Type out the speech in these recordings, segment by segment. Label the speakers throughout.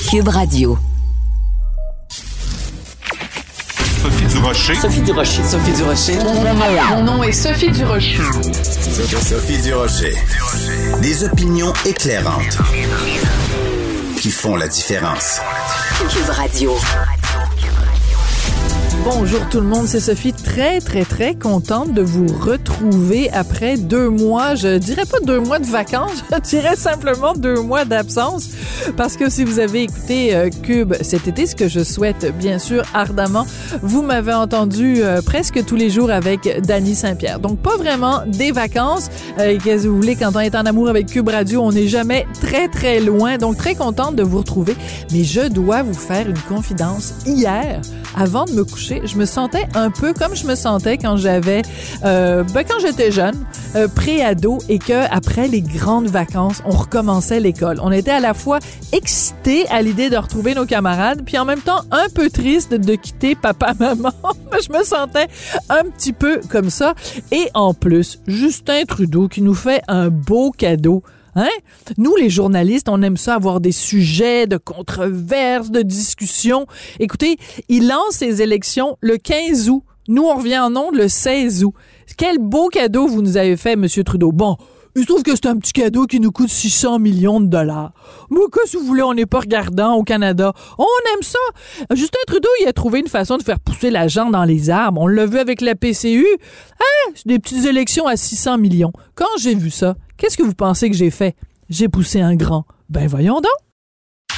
Speaker 1: Cube Radio.
Speaker 2: Sophie Durocher.
Speaker 3: Sophie Durocher. Sophie Durocher.
Speaker 4: Mon nom est Sophie Durocher.
Speaker 5: Sophie Durocher. Des opinions éclairantes qui font la différence.
Speaker 1: Cube Radio.
Speaker 6: Bonjour tout le monde, c'est Sophie, très contente de vous retrouver après 2 mois, je dirais pas 2 mois de vacances, je dirais simplement 2 mois d'absence, parce que si vous avez écouté Cube cet été, ce que je souhaite bien sûr ardemment, vous m'avez entendu presque tous les jours avec Dany Saint-Pierre, donc pas vraiment des vacances, qu'est-ce que vous voulez, quand on est en amour avec Cube Radio, on n'est jamais très loin, donc très contente de vous retrouver, mais je dois vous faire une confidence. Hier, avant de me coucher, je me sentais un peu comme je me sentais quand j'avais, quand j'étais jeune, pré-ado, et que après les grandes vacances, on recommençait l'école. On était à la fois excités à l'idée de retrouver nos camarades, puis en même temps un peu triste de quitter papa, maman. Je me sentais un petit peu comme ça. Et en plus, Justin Trudeau qui nous fait un beau cadeau. Hein? Nous, les journalistes, on aime ça avoir des sujets de controverses, de discussions. Écoutez, il lance ses élections le 15 août. Nous, on revient en ondes le 16 août. Quel beau cadeau vous nous avez fait, M. Trudeau. Bon, il se trouve que c'est un petit cadeau qui nous coûte 600 millions de dollars. Mais qu'est-ce que vous voulez, on n'est pas regardant au Canada. On aime ça. Justin Trudeau, il a trouvé une façon de faire pousser l'argent dans les arbres. On l'a vu avec la PCU. Hein? Des petites élections à 600 millions. Quand j'ai vu ça, qu'est-ce que vous pensez que j'ai fait? J'ai poussé un grand. Ben voyons donc.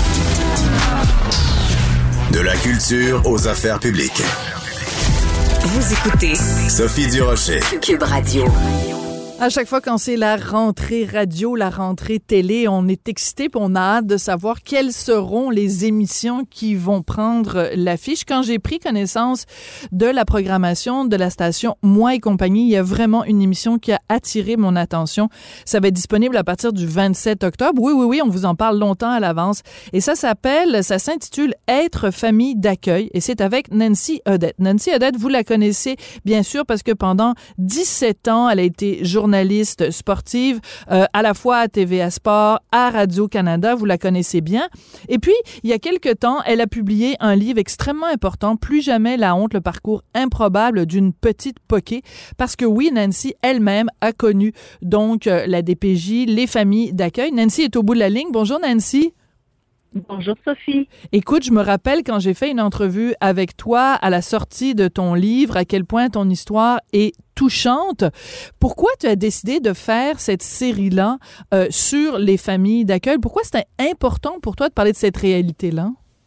Speaker 5: De la culture aux affaires publiques.
Speaker 1: Vous écoutez
Speaker 5: Sophie Durocher.
Speaker 1: Cube Radio.
Speaker 6: À chaque fois quand c'est la rentrée radio, la rentrée télé, on est excité puis on a hâte de savoir quelles seront les émissions qui vont prendre l'affiche. Quand j'ai pris connaissance de la programmation de la station Moi et compagnie, il y a vraiment une émission qui a attiré mon attention. Ça va être disponible à partir du 27 octobre. Oui, on vous en parle longtemps à l'avance. Et ça s'intitule Être famille d'accueil et c'est avec Nancy Audette. Nancy Audette, vous la connaissez bien sûr parce que pendant 17 ans, elle a été journaliste sportive, à la fois à TVA Sport, à Radio-Canada, vous la connaissez bien. Et puis, il y a quelque temps, elle a publié un livre extrêmement important, Plus jamais la honte, le parcours improbable d'une petite poquée, parce que oui, Nancy elle-même a connu donc la DPJ, les familles d'accueil. Nancy est au bout de la ligne. Bonjour Nancy.
Speaker 7: Bonjour Sophie.
Speaker 6: Écoute, je me rappelle quand j'ai fait une entrevue avec toi à la sortie de ton livre, à quel point ton histoire est touchante. Pourquoi tu as décidé de faire cette série-là sur les familles d'accueil? Pourquoi c'était important pour toi de parler de cette réalité-là?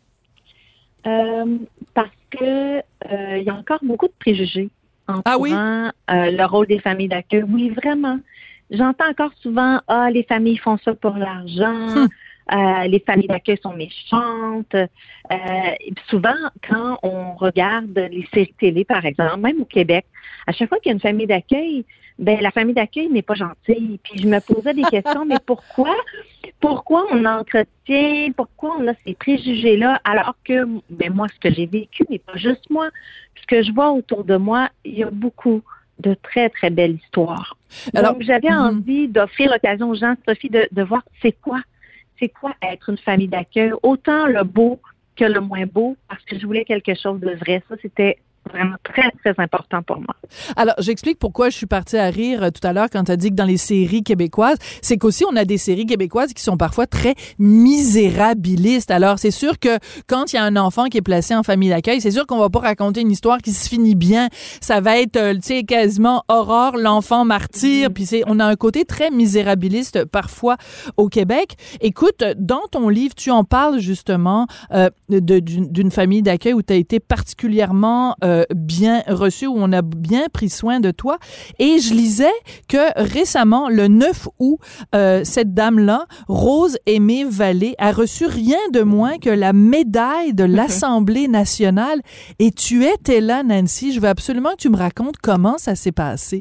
Speaker 7: Parce que il y a encore beaucoup de préjugés entourant le rôle des familles d'accueil. Oui, vraiment. J'entends encore souvent « Ah, les familles font ça pour l'argent ». Les familles d'accueil sont méchantes. Souvent, quand on regarde les séries télé, par exemple, même au Québec, à chaque fois qu'il y a une famille d'accueil, ben la famille d'accueil n'est pas gentille. Puis je me posais des questions, mais pourquoi on entretient, pourquoi on a ces préjugés-là, alors que, ben moi, ce que j'ai vécu, mais pas juste moi, ce que je vois autour de moi, il y a beaucoup de très, très belles histoires. Alors, donc, j'avais envie d'offrir l'occasion aux gens, Sophie, de voir c'est quoi être une famille d'accueil, autant le beau que le moins beau, parce que je voulais quelque chose de vrai. Ça, c'était vraiment très, très important pour moi.
Speaker 6: Alors, j'explique pourquoi je suis partie à rire tout à l'heure quand tu as dit que dans les séries québécoises, c'est qu'aussi on a des séries québécoises qui sont parfois très misérabilistes. Alors, c'est sûr que quand il y a un enfant qui est placé en famille d'accueil, c'est sûr qu'on va pas raconter une histoire qui se finit bien. Ça va être, tu sais, quasiment Aurore, l'enfant martyr, puis on a un côté très misérabiliste parfois au Québec. Écoute, dans ton livre, tu en parles justement d'une famille d'accueil où tu as été particulièrement bien reçu, où on a bien pris soin de toi. Et je lisais que récemment, le 9 août, cette dame-là, Rose Aimée Vallée, a reçu rien de moins que la médaille de l'Assemblée nationale. Et tu étais là, Nancy. Je veux absolument que tu me racontes comment ça s'est passé.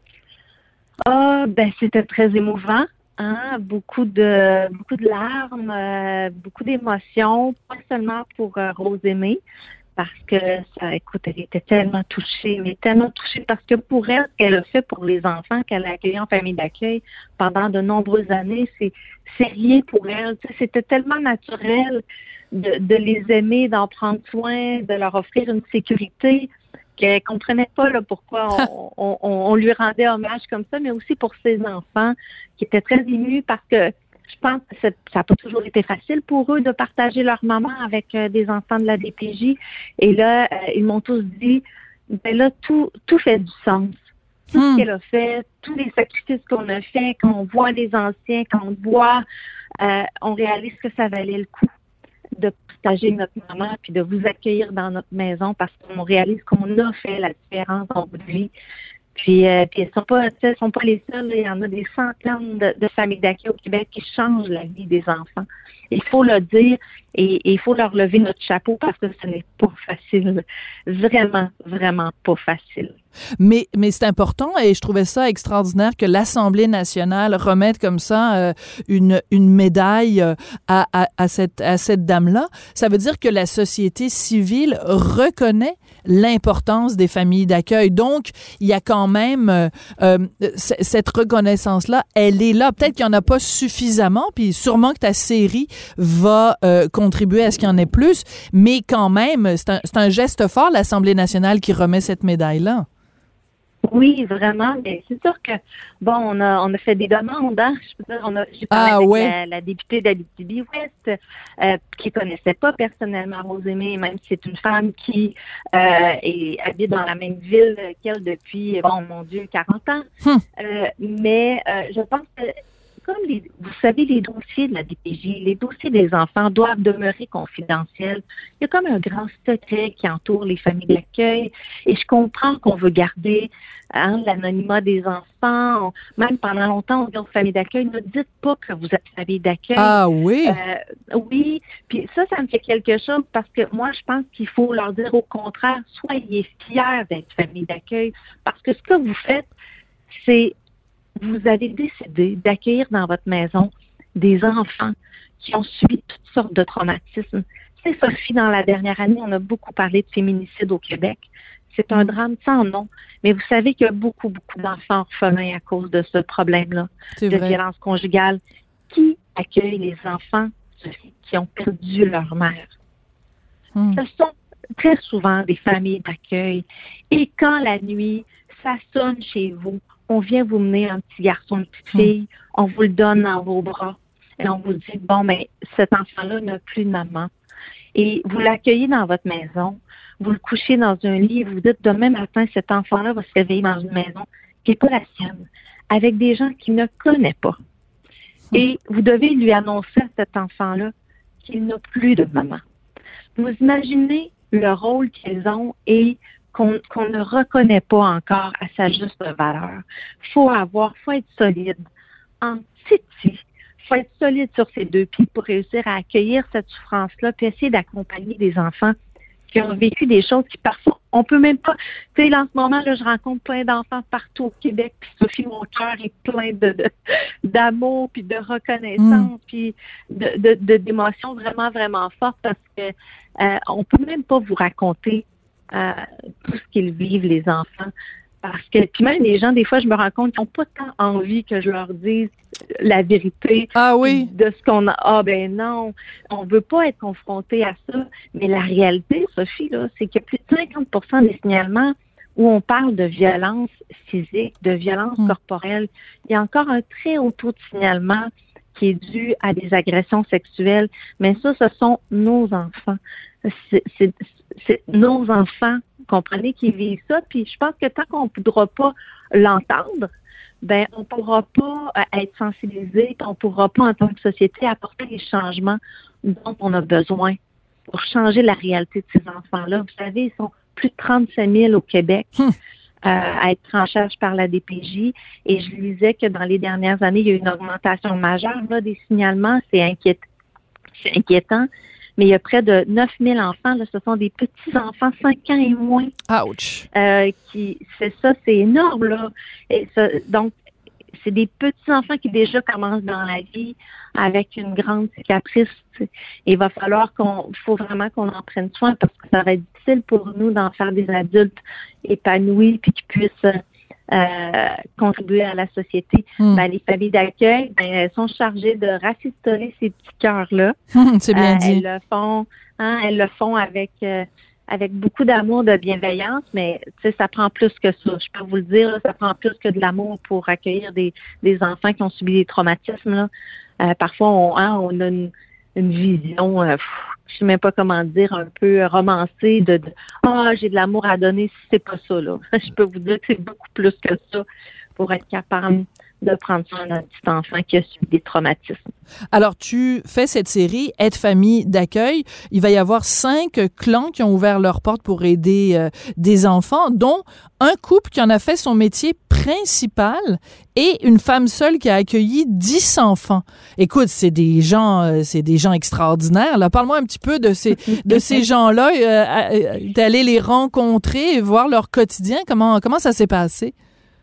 Speaker 7: C'était très émouvant. Hein? Beaucoup de larmes, beaucoup d'émotions, pas seulement pour Rose Aimée, parce que écoute, elle était tellement touchée, parce que pour elle, ce qu'elle a fait pour les enfants qu'elle a accueillis en famille d'accueil pendant de nombreuses années, c'est rien pour elle. Tu sais, c'était tellement naturel de les aimer, d'en prendre soin, de leur offrir une sécurité qu'elle comprenait pas là, pourquoi on lui rendait hommage comme ça, mais aussi pour ses enfants qui étaient très émus parce que je pense que ça n'a pas toujours été facile pour eux de partager leur maman avec des enfants de la DPJ. Et là, ils m'ont tous dit, ben là, tout fait du sens. Tout ce qu'elle a fait, tous les sacrifices qu'on a fait, quand on voit les anciens, quand on voit, on réalise que ça valait le coup de partager notre maman puis de vous accueillir dans notre maison parce qu'on réalise qu'on a fait la différence en bout de vie. Puis elles sont pas les seules. Il y en a des centaines de familles d'accueil au Québec qui changent la vie des enfants. Il faut le dire et il faut leur lever notre chapeau parce que ce n'est pas facile. Vraiment, vraiment pas facile.
Speaker 6: Mais c'est important et je trouvais ça extraordinaire que l'Assemblée nationale remette comme ça une médaille à cette dame-là. Ça veut dire que la société civile reconnaît l'importance des familles d'accueil. Donc, il y a quand même cette reconnaissance-là, elle est là. Peut-être qu'il n'y en a pas suffisamment, puis sûrement que ta série va contribuer à ce qu'il y en ait plus, mais quand même, c'est un geste fort, l'Assemblée nationale qui remet cette médaille-là.
Speaker 7: Oui, vraiment. Mais c'est sûr que, bon, on a fait des demandes, hein. J'ai parlé avec la députée d'Abitibi-Ouest, qui connaissait pas personnellement Rosemée, même si c'est une femme qui habite dans la même ville qu'elle depuis, bon, mon Dieu, 40 ans. Mais je pense que, comme vous savez, les dossiers de la DPJ, les dossiers des enfants doivent demeurer confidentiels. Il y a comme un grand secret qui entoure les familles d'accueil et je comprends qu'on veut garder l'anonymat des enfants. Même pendant longtemps, on dit aux familles d'accueil, ne dites pas que vous êtes famille d'accueil.
Speaker 6: Ah oui?
Speaker 7: Oui, puis ça me fait quelque chose parce que moi, je pense qu'il faut leur dire au contraire, soyez fiers d'être famille d'accueil parce que ce que vous faites, c'est vous avez décidé d'accueillir dans votre maison des enfants qui ont subi toutes sortes de traumatismes. C'est Sophie, dans la dernière année, on a beaucoup parlé de féminicide au Québec. C'est un drame sans nom. Mais vous savez qu'il y a beaucoup, beaucoup d'enfants orphelins à cause de ce problème-là, violence conjugale. Qui accueille les enfants, Sophie, qui ont perdu leur mère? Ce sont très souvent des familles d'accueil. Et quand la nuit, ça sonne chez vous, on vient vous mener un petit garçon, une petite fille, on vous le donne dans vos bras et on vous dit, bon, mais cet enfant-là n'a plus de maman. Et vous l'accueillez dans votre maison, vous le couchez dans un lit et vous dites, demain matin, cet enfant-là va se réveiller dans une maison qui n'est pas la sienne, avec des gens qu'il ne connaît pas. Et vous devez lui annoncer à cet enfant-là qu'il n'a plus de maman. Vous imaginez le rôle qu'ils ont et qu'on ne reconnaît pas encore à sa juste valeur. Faut être solide en titi. Faut être solide sur ses deux pieds pour réussir à accueillir cette souffrance-là puis essayer d'accompagner des enfants qui ont vécu des choses qui parfois, on peut même pas, tu sais, là, en ce moment, là, je rencontre plein d'enfants partout au Québec puis Sophie, mon cœur est plein d'amour puis de reconnaissance puis d'émotions vraiment, vraiment fortes parce que on peut même pas vous raconter tout ce qu'ils vivent, les enfants. Parce que, puis même les gens, des fois, je me rends compte qu'ils n'ont pas tant envie que je leur dise la vérité de ce qu'on a. Ah ben non, on veut pas être confronté à ça. Mais la réalité, Sophie, là, c'est qu'il y a plus de 50% des signalements où on parle de violence physique, de violence corporelle. Il y a encore un très haut taux de signalement qui est dû à des agressions sexuelles. Mais ça, ce sont nos enfants. C'est nos enfants, comprenez, qui vivent ça. Puis je pense que tant qu'on ne pourra pas l'entendre, ben on ne pourra pas être sensibilisé, on ne pourra pas, en tant que société, apporter les changements dont on a besoin pour changer la réalité de ces enfants-là. Vous savez, ils sont plus de 35 000 au Québec à être pris en charge par la DPJ. Et je lisais que dans les dernières années, il y a eu une augmentation majeure là, des signalements. C'est inquiétant. Mais il y a près de 9 000 enfants, là, ce sont des petits-enfants, 5 ans et moins.
Speaker 6: Ouch!
Speaker 7: C'est énorme, là. Et ça, donc, c'est des petits enfants qui déjà commencent dans la vie avec une grande cicatrice. Il va falloir faut vraiment qu'on en prenne soin parce que ça va être difficile pour nous d'en faire des adultes épanouis puis qui puissent contribuer à la société. Les familles d'accueil, elles sont chargées de rafistoler ces petits cœurs-là.
Speaker 6: C'est bien dit.
Speaker 7: Elles le font avec beaucoup d'amour, de bienveillance, mais ça prend plus que ça. Je peux vous le dire, là, ça prend plus que de l'amour pour accueillir des enfants qui ont subi des traumatismes. Là. Parfois, on a une vision, je sais même pas comment dire, un peu romancée de j'ai de l'amour à donner, c'est pas ça, là. Je peux vous dire que c'est beaucoup plus que ça pour être capable de prendre soin d'un petit enfant qui a subi des traumatismes.
Speaker 6: Alors, tu fais cette série, Aide-famille d'accueil. Il va y avoir 5 clans qui ont ouvert leurs portes pour aider des enfants, dont un couple qui en a fait son métier principal et une femme seule qui a accueilli 10 enfants. Écoute, c'est des gens extraordinaires. Là, parle-moi un petit peu de ces gens-là, d'aller les rencontrer et voir leur quotidien. Comment ça s'est passé?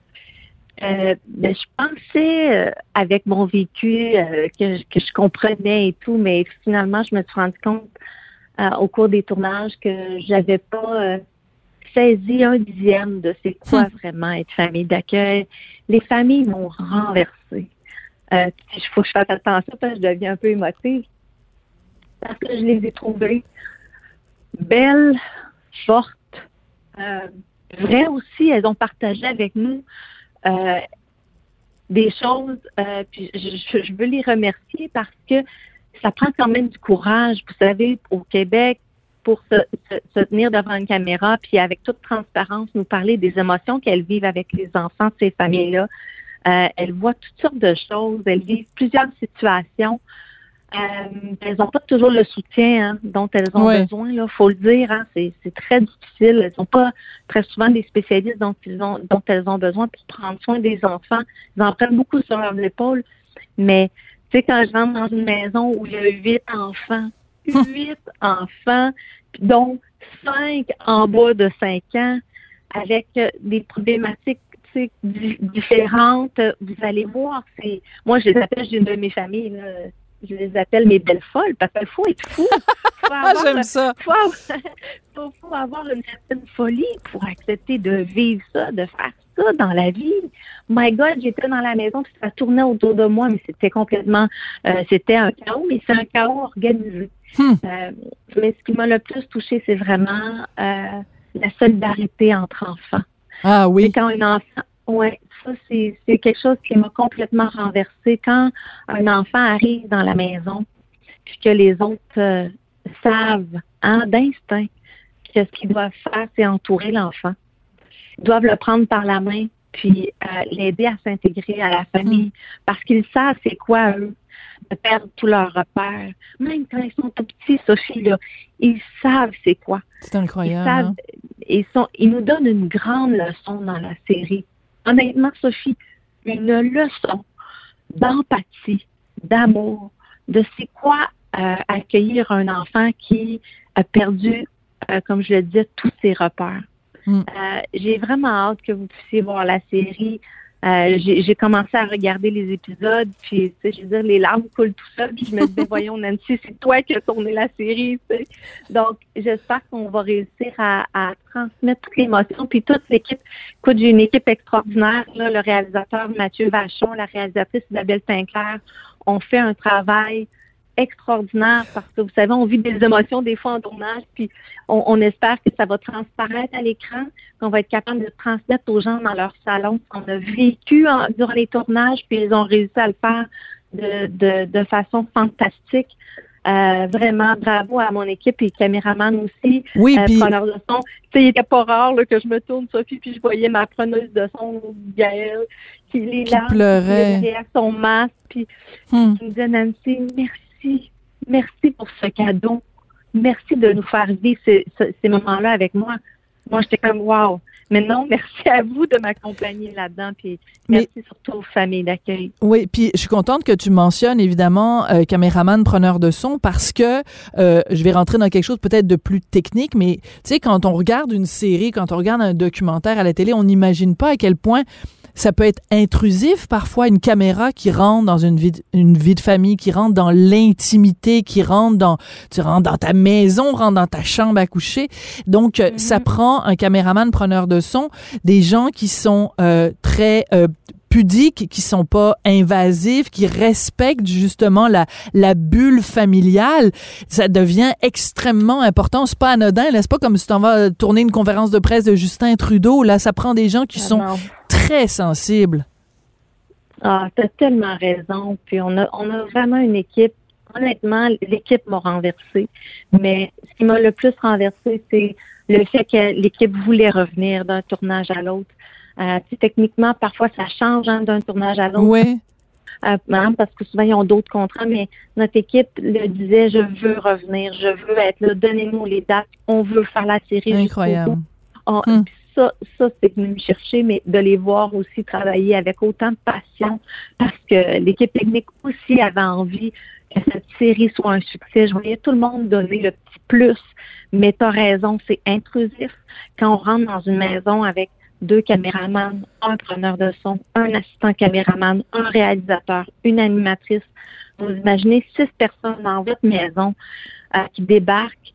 Speaker 7: Je pensais avec mon vécu que je comprenais et tout, mais finalement je me suis rendu compte au cours des tournages que j'avais pas saisi 1/10 de c'est quoi vraiment être famille d'accueil. Les familles m'ont renversée. Il faut que je fasse attention parce que je deviens un peu émotive parce que je les ai trouvées belles, fortes, vraies aussi. Elles ont partagé avec nous des choses, puis je veux les remercier parce que ça prend quand même du courage. Vous savez, au Québec, pour se tenir devant une caméra, puis avec toute transparence, nous parler des émotions qu'elles vivent avec les enfants de ces familles-là. Elles voient toutes sortes de choses, elles vivent plusieurs situations. Elles n'ont pas toujours le soutien dont elles ont besoin, là, faut le dire. C'est très difficile. Elles n'ont pas très souvent des spécialistes dont elles ont besoin pour prendre soin des enfants. Ils en prennent beaucoup sur leurs épaules. Mais tu sais, quand je rentre dans une maison où il y a 8 enfants, dont 5 en bas de 5 ans, avec des problématiques différentes, vous allez voir. Moi, je les appelle, j'ai une de mes familles, là, je les appelle mes belles folles, parce qu'il faut être fou.
Speaker 6: J'aime ça.
Speaker 7: Faut avoir une certaine folie pour accepter de vivre ça, de faire ça dans la vie. My God, j'étais dans la maison, puis ça tournait autour de moi, mais c'était complètement, c'était un chaos, mais c'est un chaos organisé. Mais ce qui m'a le plus touchée, c'est vraiment la solidarité entre enfants.
Speaker 6: Ah oui.
Speaker 7: C'est quand un enfant, ça c'est quelque chose qui m'a complètement renversée. Quand un enfant arrive dans la maison, puis que les autres savent d'instinct que ce qu'ils doivent faire, c'est entourer l'enfant. Ils doivent le prendre par la main, puis l'aider à s'intégrer à la famille, parce qu'ils savent c'est quoi eux de perdre tous leurs repères. Même quand ils sont tout petits, Sophie, là, ils savent c'est quoi.
Speaker 6: C'est incroyable.
Speaker 7: Ils nous donnent une grande leçon dans la série. Honnêtement, Sophie, une leçon d'empathie, d'amour, de c'est quoi accueillir un enfant qui a perdu, comme je le disais, tous ses repères. J'ai vraiment hâte que vous puissiez voir la série. J'ai commencé à regarder les épisodes, puis tu sais, je veux dire, les larmes coulent tout seul, puis je me disais, voyons Nancy, c'est toi qui as tourné la série, tu sais. Donc, j'espère qu'on va réussir à transmettre toute l'émotion, puis toute l'équipe. Écoute, j'ai une équipe extraordinaire, là, le réalisateur Mathieu Vachon, la réalisatrice Isabelle Sinclair, on fait un travail extraordinaire parce que, vous savez, on vit des émotions des fois en tournage, puis on espère que ça va transparaître à l'écran, qu'on va être capable de transmettre aux gens dans leur salon ce qu'on a vécu durant les tournages, puis ils ont réussi à le faire de façon fantastique. Vraiment, bravo à mon équipe et caméraman aussi.
Speaker 6: Oui, puis
Speaker 7: preneur de son. Tu sais, il était pas rare là, que je me tourne, Sophie, puis je voyais ma preneuse de son, Gaëlle, qui
Speaker 6: pleurait
Speaker 7: derrière son masque, puis qui me disait, Nancy, merci pour ce cadeau. Merci de nous faire vivre ces moments-là avec moi. Moi, j'étais comme, wow. Mais non, merci à vous de m'accompagner là-dedans, puis merci surtout aux familles d'accueil.
Speaker 6: Oui, puis je suis contente que tu mentionnes, évidemment, caméraman, preneur de son, parce que je vais rentrer dans quelque chose peut-être de plus technique, mais tu sais, quand on regarde une série, quand on regarde un documentaire à la télé, on n'imagine pas à quel point ça peut être intrusif parfois, une caméra qui rentre dans une vie de famille, qui rentre dans l'intimité, tu rentres dans ta maison, rentre dans ta chambre à coucher. Donc, ça prend un caméraman preneur de son, des gens qui sont très pudiques, qui sont pas invasifs, qui respectent justement la bulle familiale. Ça devient extrêmement important. C'est pas anodin, là. C'est pas comme si tu en vas tourner une conférence de presse de Justin Trudeau. Là, ça prend des gens qui sont très sensibles.
Speaker 7: Ah, t'as tellement raison. Puis on a vraiment une équipe. Honnêtement, l'équipe m'a renversée. Mais ce qui m'a le plus renversée, c'est le fait que l'équipe voulait revenir d'un tournage à l'autre. Techniquement, parfois, ça change d'un tournage à l'autre.
Speaker 6: Oui.
Speaker 7: Parce que souvent, ils ont d'autres contrats, mais notre équipe le disait, je veux revenir, je veux être là, donnez-nous les dates, on veut faire la série.
Speaker 6: Incroyable.
Speaker 7: Ça, c'est venu me chercher, mais de les voir aussi travailler avec autant de passion, parce que l'équipe technique aussi avait envie que cette série soit un succès. Je voyais tout le monde donner le petit plus, mais tu as raison, c'est intrusif. Quand on rentre dans une maison avec 2 caméramans, un preneur de son, un assistant caméraman, un réalisateur, une animatrice. Vous imaginez 6 personnes dans votre maison qui débarquent.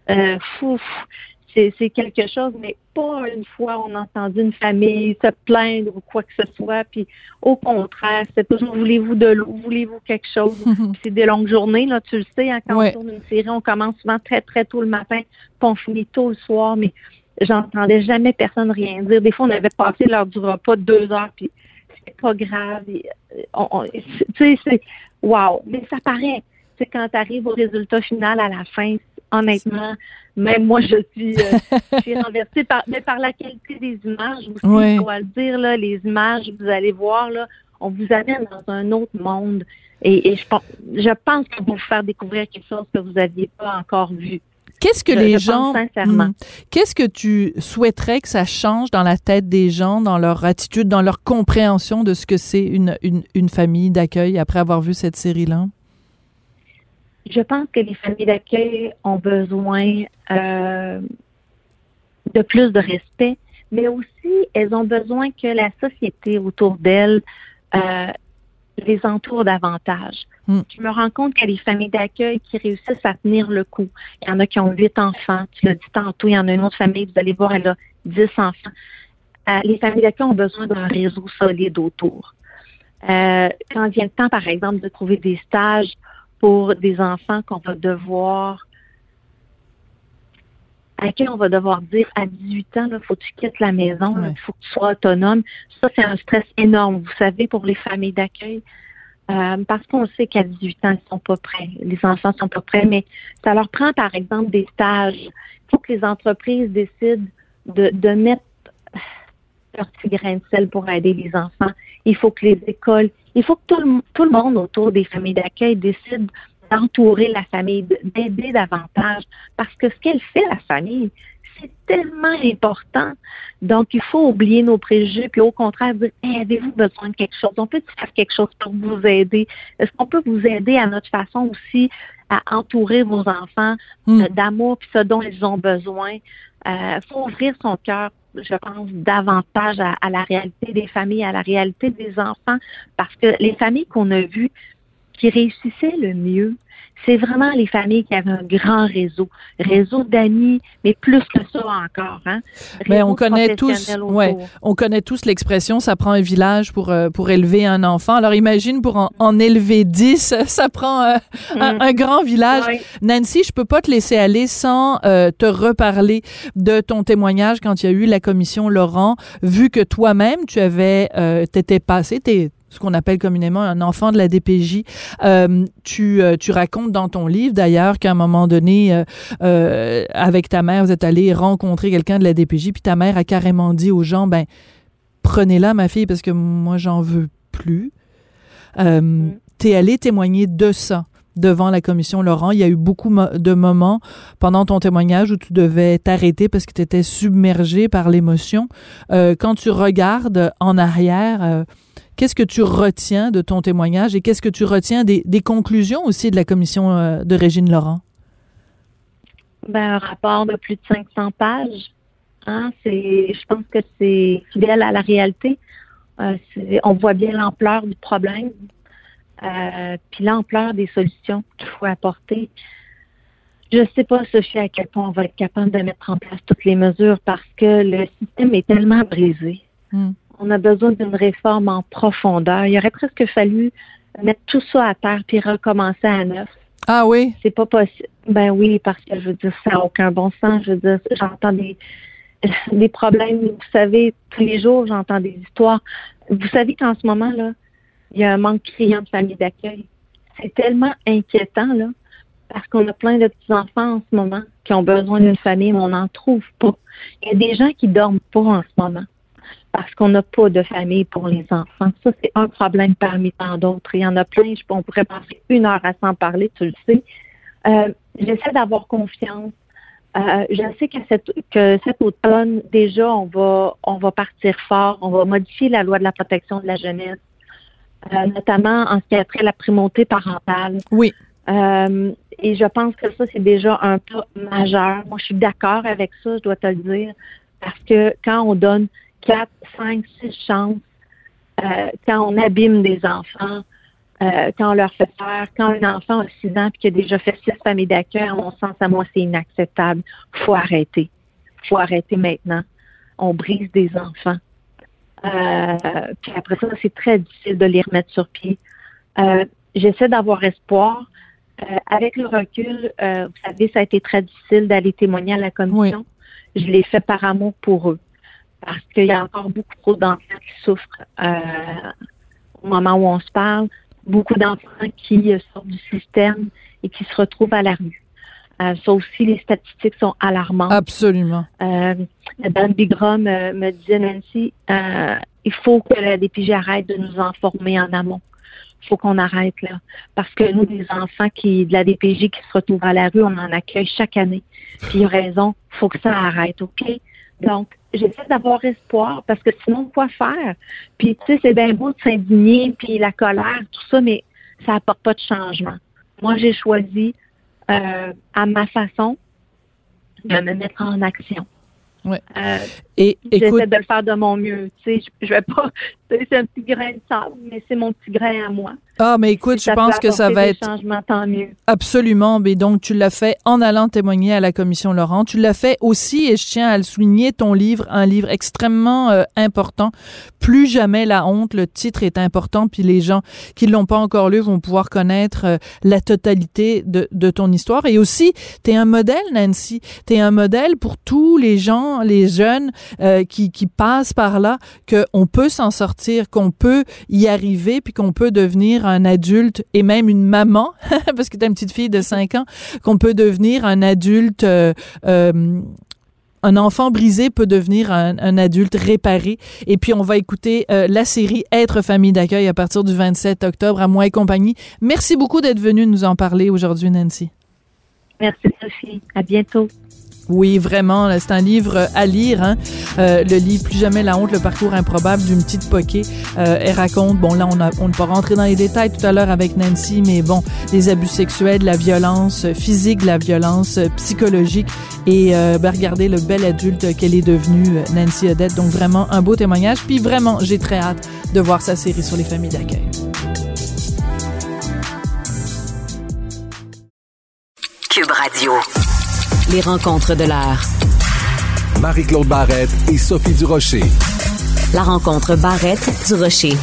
Speaker 7: C'est quelque chose, mais pas une fois on a entendu une famille se plaindre ou quoi que ce soit. Puis au contraire, c'est toujours voulez-vous de l'eau, voulez-vous quelque chose. C'est des longues journées, là, tu le sais, hein, quand on tourne une série, on commence souvent très, très tôt le matin, puis on finit tôt le soir, mais j'entendais jamais personne rien dire. Des fois, on avait passé l'heure du repas de 2 heures, puis c'est pas grave. Tu sais, c'est wow. Mais ça paraît. C'est quand tu arrives au résultat final à la fin, honnêtement, même moi, je suis renversée par la qualité des images aussi, je dois le dire, là, les images, vous allez voir, là, on vous amène dans un autre monde. Et je pense qu'on va vous faire découvrir quelque chose que vous n'aviez pas encore vu.
Speaker 6: Qu'est-ce que les gens, qu'est-ce que tu souhaiterais que ça change dans la tête des gens, dans leur attitude, dans leur compréhension de ce que c'est une famille d'accueil après avoir vu cette série-là?
Speaker 7: Je pense que les familles d'accueil ont besoin de plus de respect, mais aussi elles ont besoin que la société autour d'elles les entoure davantage. Je me rends compte qu'il y a des familles d'accueil qui réussissent à tenir le coup. Il y en a qui ont 8 enfants. Tu l'as dit tantôt, il y en a une autre famille, vous allez voir, elle a 10 enfants. Les familles d'accueil ont besoin d'un réseau solide autour. Quand vient le temps, par exemple, de trouver des stages pour des enfants qu'on va devoir à qui on va devoir dire à 18 ans, il faut que tu quittes la maison, il faut que tu sois autonome. Ça, c'est un stress énorme, vous savez, pour les familles d'accueil. Parce qu'on sait qu'à 18 ans, ils sont pas prêts. Les enfants sont pas prêts, mais ça leur prend, par exemple, des stages. Il faut que les entreprises décident de mettre leur petit grain de sel pour aider les enfants. Il faut que les écoles, il faut que tout le monde autour des familles d'accueil décide d'entourer la famille, d'aider davantage. Parce que ce qu'elle fait, la famille, c'est tellement important. Donc, il faut oublier nos préjugés, puis au contraire, dire, hey, avez-vous besoin de quelque chose? On peut faire quelque chose pour vous aider? Est-ce qu'on peut vous aider à notre façon aussi à entourer vos enfants d'amour, puis ce dont ils ont besoin? Faut ouvrir son cœur, je pense, davantage à la réalité des familles, à la réalité des enfants, parce que les familles qu'on a vues qui réussissaient le mieux, c'est vraiment les familles qui avaient un grand réseau d'amis, mais plus que ça encore, hein.
Speaker 6: Mais on connaît tous l'expression, ça prend un village pour élever un enfant. Alors imagine pour en élever 10, ça prend un grand village. Oui. Nancy, je peux pas te laisser aller sans te reparler de ton témoignage quand il y a eu la commission Laurent, vu que toi-même t'étais passé, ce qu'on appelle communément un enfant de la DPJ. Tu racontes dans ton livre, d'ailleurs, qu'à un moment donné, avec ta mère, vous êtes allé rencontrer quelqu'un de la DPJ, puis ta mère a carrément dit aux gens, prenez-la, ma fille, parce que moi, j'en veux plus. T'es allé témoigner de ça devant la commission Laurent. Il y a eu beaucoup de moments pendant ton témoignage où tu devais t'arrêter parce que tu étais submergé par l'émotion. Quand tu regardes en arrière, qu'est-ce que tu retiens de ton témoignage et qu'est-ce que tu retiens des conclusions aussi de la commission de Régine Laurent?
Speaker 7: Un rapport de plus de 500 pages. Hein? Je pense que c'est fidèle à la réalité. On voit bien l'ampleur du problème, puis l'ampleur des solutions qu'il faut apporter. Je ne sais pas, Sophie, à quel point on va être capable de mettre en place toutes les mesures parce que le système est tellement brisé. On a besoin d'une réforme en profondeur. Il aurait presque fallu mettre tout ça à terre puis recommencer à neuf.
Speaker 6: Ah oui?
Speaker 7: C'est pas possible. Ben oui, parce que je veux dire, ça n'a aucun bon sens. Je veux dire, j'entends des problèmes. Vous savez, tous les jours, j'entends des histoires. Vous savez qu'en ce moment, là, il y a un manque criant de familles d'accueil. C'est tellement inquiétant, là, parce qu'on a plein de petits-enfants en ce moment qui ont besoin d'une famille, mais on n'en trouve pas. Il y a des gens qui dorment pas en ce moment parce qu'on n'a pas de famille pour les enfants. Ça, c'est un problème parmi tant d'autres. Il y en a plein. On pourrait passer 1 heure à s'en parler, tu le sais. J'essaie d'avoir confiance. Je sais que cet automne, déjà, on va partir fort. On va modifier la loi de la protection de la jeunesse, notamment en ce qui a trait à la primauté parentale.
Speaker 6: Oui.
Speaker 7: Et je pense que ça, c'est déjà un pas majeur. Moi, je suis d'accord avec ça, je dois te le dire, parce que quand on donne 4, 5, 6 chances, quand on abîme des enfants, quand on leur fait faire, quand un enfant a 6 ans et qu'il a déjà fait 6 familles d'accueil, à mon sens, à moi, c'est inacceptable. Faut arrêter. Faut arrêter maintenant. On brise des enfants. Puis après ça, c'est très difficile de les remettre sur pied. J'essaie d'avoir espoir. Avec le recul, vous savez, ça a été très difficile d'aller témoigner à la commission. Oui. Je l'ai fait par amour pour eux. Parce qu'il y a encore beaucoup trop d'enfants qui souffrent au moment où on se parle. Beaucoup d'enfants qui sortent du système et qui se retrouvent à la rue. Ça aussi, les statistiques sont alarmantes.
Speaker 6: Absolument.
Speaker 7: Dan Bigra me disait, Nancy, il faut que la DPJ arrête de nous informer en amont. Il faut qu'on arrête là. Parce que nous, des enfants de la DPJ qui se retrouvent à la rue, on en accueille chaque année. Puis il a raison, il faut que ça arrête, OK? Donc, j'essaie d'avoir espoir parce que sinon, quoi faire? Puis, tu sais, c'est bien beau de s'indigner, puis la colère, tout ça, mais ça n'apporte pas de changement. Moi, j'ai choisi, à ma façon, de me mettre en action.
Speaker 6: Ouais.
Speaker 7: J'essaie de le faire de mon mieux. Tu sais, je vais pas. C'est un petit grain de sable, mais c'est mon petit grain à moi.
Speaker 6: Ah, mais écoute, je pense que ça va être
Speaker 7: changement, tant mieux.
Speaker 6: Absolument. Mais donc, tu l'as fait en allant témoigner à la commission Laurent. Tu l'as fait aussi, et je tiens à le souligner, ton livre, un livre extrêmement important. Plus jamais la honte. Le titre est important, puis les gens qui l'ont pas encore lu vont pouvoir connaître la totalité de ton histoire. Et aussi, t'es un modèle, Nancy. T'es un modèle pour tous les gens, les jeunes qui passent par là, qu'on peut s'en sortir, qu'on peut y arriver, puis qu'on peut devenir un adulte et même une maman, parce que t'as une petite fille de 5 ans, qu'on peut devenir un adulte, un enfant brisé peut devenir un adulte réparé. Et puis, on va écouter la série Être famille d'accueil à partir du 27 octobre à Moi et compagnie. Merci beaucoup d'être venue nous en parler aujourd'hui, Nancy.
Speaker 7: Merci, Sophie. À bientôt.
Speaker 6: Oui, vraiment, c'est un livre à lire, hein. Le livre Plus jamais la honte, le parcours improbable d'une petite poquée. Elle raconte, bon là on ne peut pas rentrer dans les détails tout à l'heure avec Nancy, mais bon, les abus sexuels, la violence physique, la violence psychologique et regardez le bel adulte qu'elle est devenue, Nancy Odette. Donc vraiment un beau témoignage. Puis vraiment, j'ai très hâte de voir sa série sur les familles d'accueil.
Speaker 1: Cube Radio. Les rencontres de l'heure.
Speaker 3: Marie-Claude Barrette et Sophie Durocher.
Speaker 1: La rencontre Barrette-Durocher.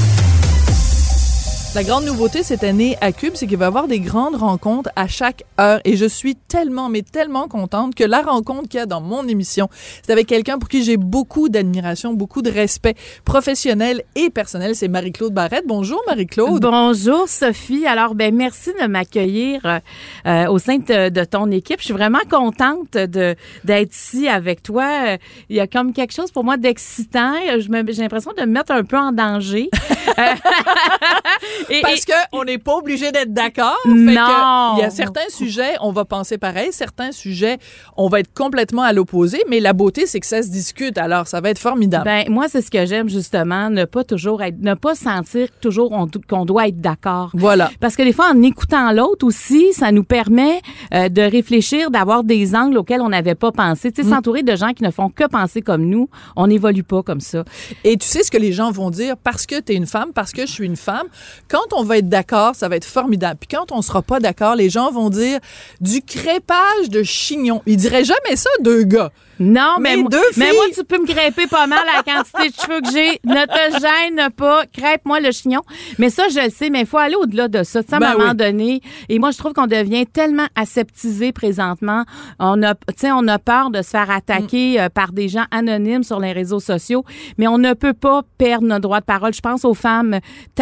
Speaker 6: La grande nouveauté cette année à Cube, c'est qu'il va y avoir des grandes rencontres à chaque heure. Et je suis tellement, mais tellement contente que la rencontre qu'il y a dans mon émission, c'est avec quelqu'un pour qui j'ai beaucoup d'admiration, beaucoup de respect professionnel et personnel. C'est Marie-Claude Barrette. Bonjour, Marie-Claude.
Speaker 8: Bonjour, Sophie. Alors, merci de m'accueillir au sein de ton équipe. Je suis vraiment contente d'être ici avec toi. Il y a comme quelque chose pour moi d'excitant. J'ai l'impression de me mettre un peu en danger
Speaker 6: Parce qu'on n'est pas obligé d'être d'accord.
Speaker 8: Non.
Speaker 6: Il y a certains sujets, on va penser pareil. Certains sujets, on va être complètement à l'opposé. Mais la beauté, c'est que ça se discute. Alors, ça va être formidable.
Speaker 8: Ben, moi, c'est ce que j'aime, justement. Ne pas sentir toujours qu'on doit être d'accord.
Speaker 6: Voilà.
Speaker 8: Parce que des fois, en écoutant l'autre aussi, ça nous permet de réfléchir, d'avoir des angles auxquels on n'avait pas pensé. Tu sais, s'entourer de gens qui ne font que penser comme nous, on n'évolue pas comme ça.
Speaker 6: Et tu sais ce que les gens vont dire, parce que tu es une femme, parce que je suis une femme, quand on va être d'accord, ça va être formidable. Puis quand on sera pas d'accord, les gens vont dire du crêpage de chignon. Ils diraient jamais ça, deux gars.
Speaker 8: Non, mais moi, tu peux me crêper pas mal la quantité de cheveux que j'ai. Ne te gêne pas. Crêpe-moi le chignon. Mais ça, je le sais, mais il faut aller au-delà de ça. Tu sais, à un moment donné. Et moi, je trouve qu'on devient tellement aseptisé présentement. On a peur de se faire attaquer par des gens anonymes sur les réseaux sociaux. Mais on ne peut pas perdre notre droit de parole. Je pense aux femmes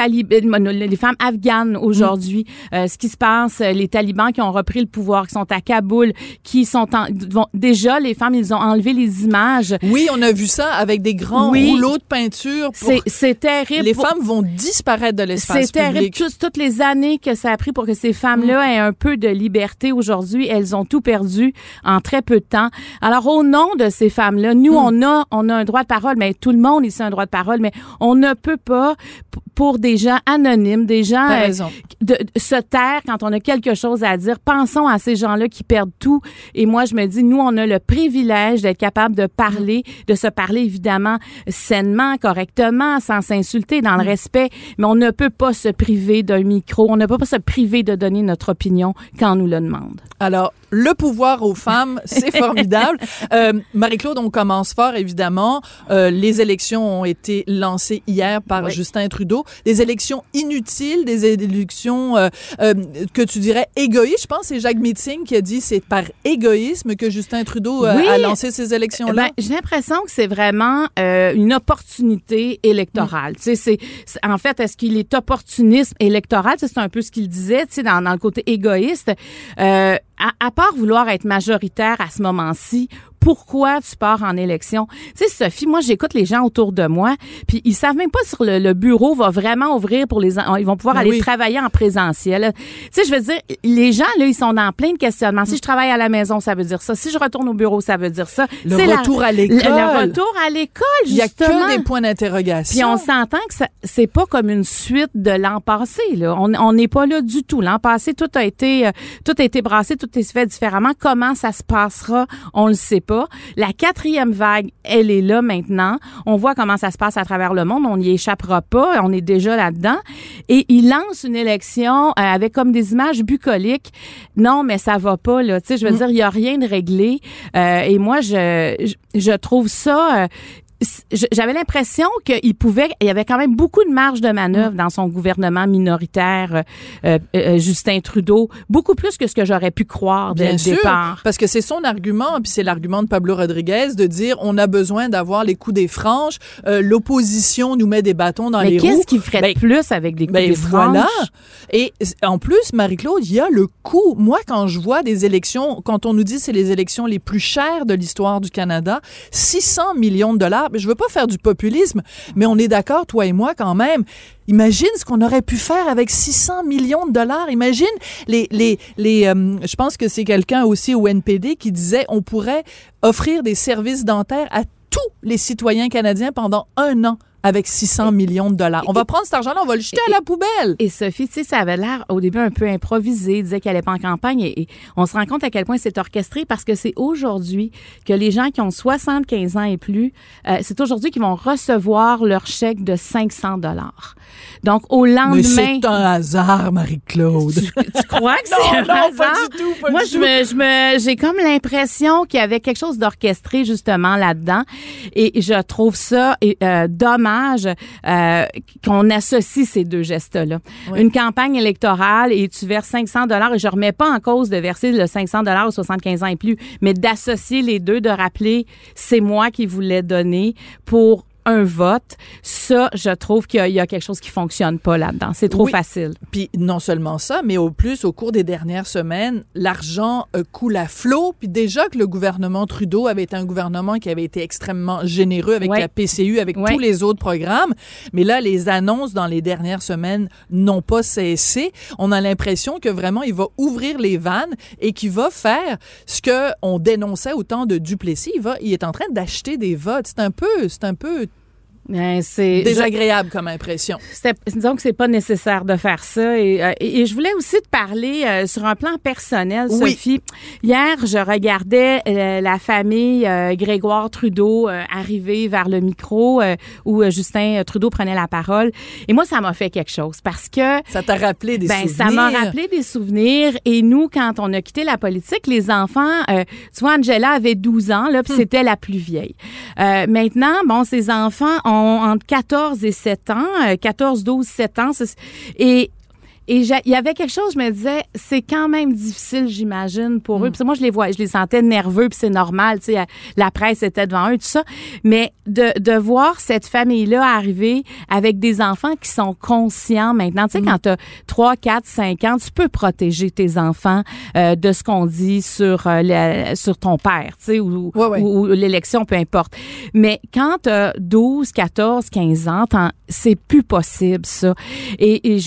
Speaker 8: les femmes afghanes aujourd'hui. Ce qui se passe, les talibans qui ont repris le pouvoir, qui sont à Kaboul, qui sont déjà, les femmes, ils ont enlevé les images.
Speaker 6: Oui, on a vu ça avec des grands rouleaux de peinture.
Speaker 8: C'est terrible.
Speaker 6: Les femmes vont disparaître de l'espace public.
Speaker 8: C'est terrible. Toutes les années que ça a pris pour que ces femmes-là aient un peu de liberté aujourd'hui, elles ont tout perdu en très peu de temps. Alors, au nom de ces femmes-là, nous, on a un droit de parole, mais tout le monde ici a un droit de parole, mais on ne peut pas, pour des gens anonymes, des gens de se taire quand on a quelque chose à dire. Pensons à ces gens-là qui perdent tout. Et moi, je me dis, nous, on a le privilège d'être capable de parler, de se parler évidemment sainement, correctement, sans s'insulter, dans le respect, mais on ne peut pas se priver d'un micro, on ne peut pas se priver de donner notre opinion quand on nous le demande.
Speaker 6: Alors, le pouvoir aux femmes, c'est formidable. Marie-Claude, on commence fort, évidemment. Les élections ont été lancées hier par Justin Trudeau. Des élections inutiles, des élections que tu dirais égoïstes. Je pense que c'est Jacques Meeting qui a dit c'est par égoïsme que Justin Trudeau a lancé ces élections-là.
Speaker 8: J'ai l'impression que c'est vraiment une opportunité électorale. Tu sais, en fait, est-ce qu'il est opportunisme électoral? C'est un peu ce qu'il disait, tu sais, dans le côté égoïste. À part vouloir être majoritaire à ce moment-ci, pourquoi tu pars en élection? Tu sais, Sophie, moi, j'écoute les gens autour de moi, puis ils savent même pas si le bureau va vraiment ouvrir pour ils vont pouvoir aller travailler en présentiel. Tu sais, je veux dire, les gens, là, ils sont dans plein de questionnements. Si je travaille à la maison, ça veut dire ça. Si je retourne au bureau, ça veut dire ça.
Speaker 6: Le retour à l'école.
Speaker 8: Le retour à l'école, justement.
Speaker 6: Il y a que des points d'interrogation.
Speaker 8: Puis on s'entend que c'est pas comme une suite de l'an passé, là. On n'est pas là du tout. L'an passé, tout a été brassé, tout est fait différemment. Comment ça se passera, on le sait pas. La 4e vague, elle est là maintenant. On voit comment ça se passe à travers le monde. On n'y échappera pas. On est déjà là-dedans. Et il lance une élection avec comme des images bucoliques. Non, mais ça va pas, là. Tu sais, je veux dire, il y a rien de réglé. Et moi, je trouve ça... J'avais l'impression qu'il y avait quand même beaucoup de marge de manœuvre dans son gouvernement minoritaire, Justin Trudeau, beaucoup plus que ce que j'aurais pu croire dès le départ.
Speaker 6: Parce que c'est son argument, puis c'est l'argument de Pablo Rodriguez de dire on a besoin d'avoir les coups des franges, l'opposition nous met des bâtons dans les roues.
Speaker 8: Mais qu'est-ce qui ferait de plus avec des coups des franges? Voilà.
Speaker 6: Et en plus, Marie-Claude, il y a le coût. Moi, quand je vois des élections, quand on nous dit c'est les élections les plus chères de l'histoire du Canada, 600 millions de dollars. Je veux pas faire du populisme, mais on est d'accord, toi et moi, quand même. Imagine ce qu'on aurait pu faire avec 600 millions de dollars. Imagine je pense que c'est quelqu'un aussi au NPD qui disait on pourrait offrir des services dentaires à tous les citoyens canadiens pendant 1 an. Avec 600 millions de dollars. On va prendre cet argent-là, on va le jeter à la poubelle.
Speaker 8: Et Sophie, tu sais, ça avait l'air au début un peu improvisé. Il disait qu'elle n'allait pas en campagne et on se rend compte à quel point c'est orchestré parce que c'est aujourd'hui que les gens qui ont 75 ans et plus, c'est aujourd'hui qu'ils vont recevoir leur chèque de 500 $. Donc, au lendemain...
Speaker 6: Mais c'est un hasard, Marie-Claude.
Speaker 8: Tu crois que c'est un hasard?
Speaker 6: Non, pas du tout,
Speaker 8: Moi, j'ai comme l'impression qu'il y avait quelque chose d'orchestré, justement, là-dedans. Et je trouve ça dommage qu'on associe ces deux gestes-là. Oui. Une campagne électorale et tu verses 500 $ et je remets pas en cause de verser le 500 $ aux 75 ans et plus, mais d'associer les deux, de rappeler c'est moi qui vous l'ai donné pour un vote, ça, je trouve qu'il y a quelque chose qui fonctionne pas là-dedans. C'est trop facile.
Speaker 6: Puis non seulement ça, mais au cours des dernières semaines, l'argent coule à flot. Puis déjà que le gouvernement Trudeau avait été un gouvernement qui avait été extrêmement généreux avec la PCU, avec tous les autres programmes. Mais là, les annonces dans les dernières semaines n'ont pas cessé. On a l'impression que vraiment, il va ouvrir les vannes et qu'il va faire ce qu'on dénonçait autant de Duplessis. Il est en train d'acheter des votes. C'est un peu c'est désagréable comme impression.
Speaker 8: Disons que c'est pas nécessaire de faire ça. Et je voulais aussi te parler sur un plan personnel, Sophie. Hier, je regardais la famille Grégoire Trudeau arriver vers le micro où Justin Trudeau prenait la parole. Et moi, ça m'a fait quelque chose parce que...
Speaker 6: Ça t'a rappelé des souvenirs.
Speaker 8: Ça m'a rappelé des souvenirs. Et nous, quand on a quitté la politique, les enfants... tu vois, Angela avait 12 ans, là, puis c'était la plus vieille. Maintenant, bon, ces enfants ont entre 14 et 7 ans, 14, 12, 7 ans. Et il y avait quelque chose, je me disais, c'est quand même difficile, j'imagine, pour eux. Puis moi, je les sentais nerveux, puis c'est normal, tu sais, la presse était devant eux, tout ça. Mais de voir cette famille-là arriver avec des enfants qui sont conscients maintenant. Tu sais, quand t'as 3, 4, 5 ans, tu peux protéger tes enfants de ce qu'on dit sur ton père, tu sais, ou l'élection, peu importe. Mais quand t'as 12, 14, 15 ans, c'est plus possible, ça. Et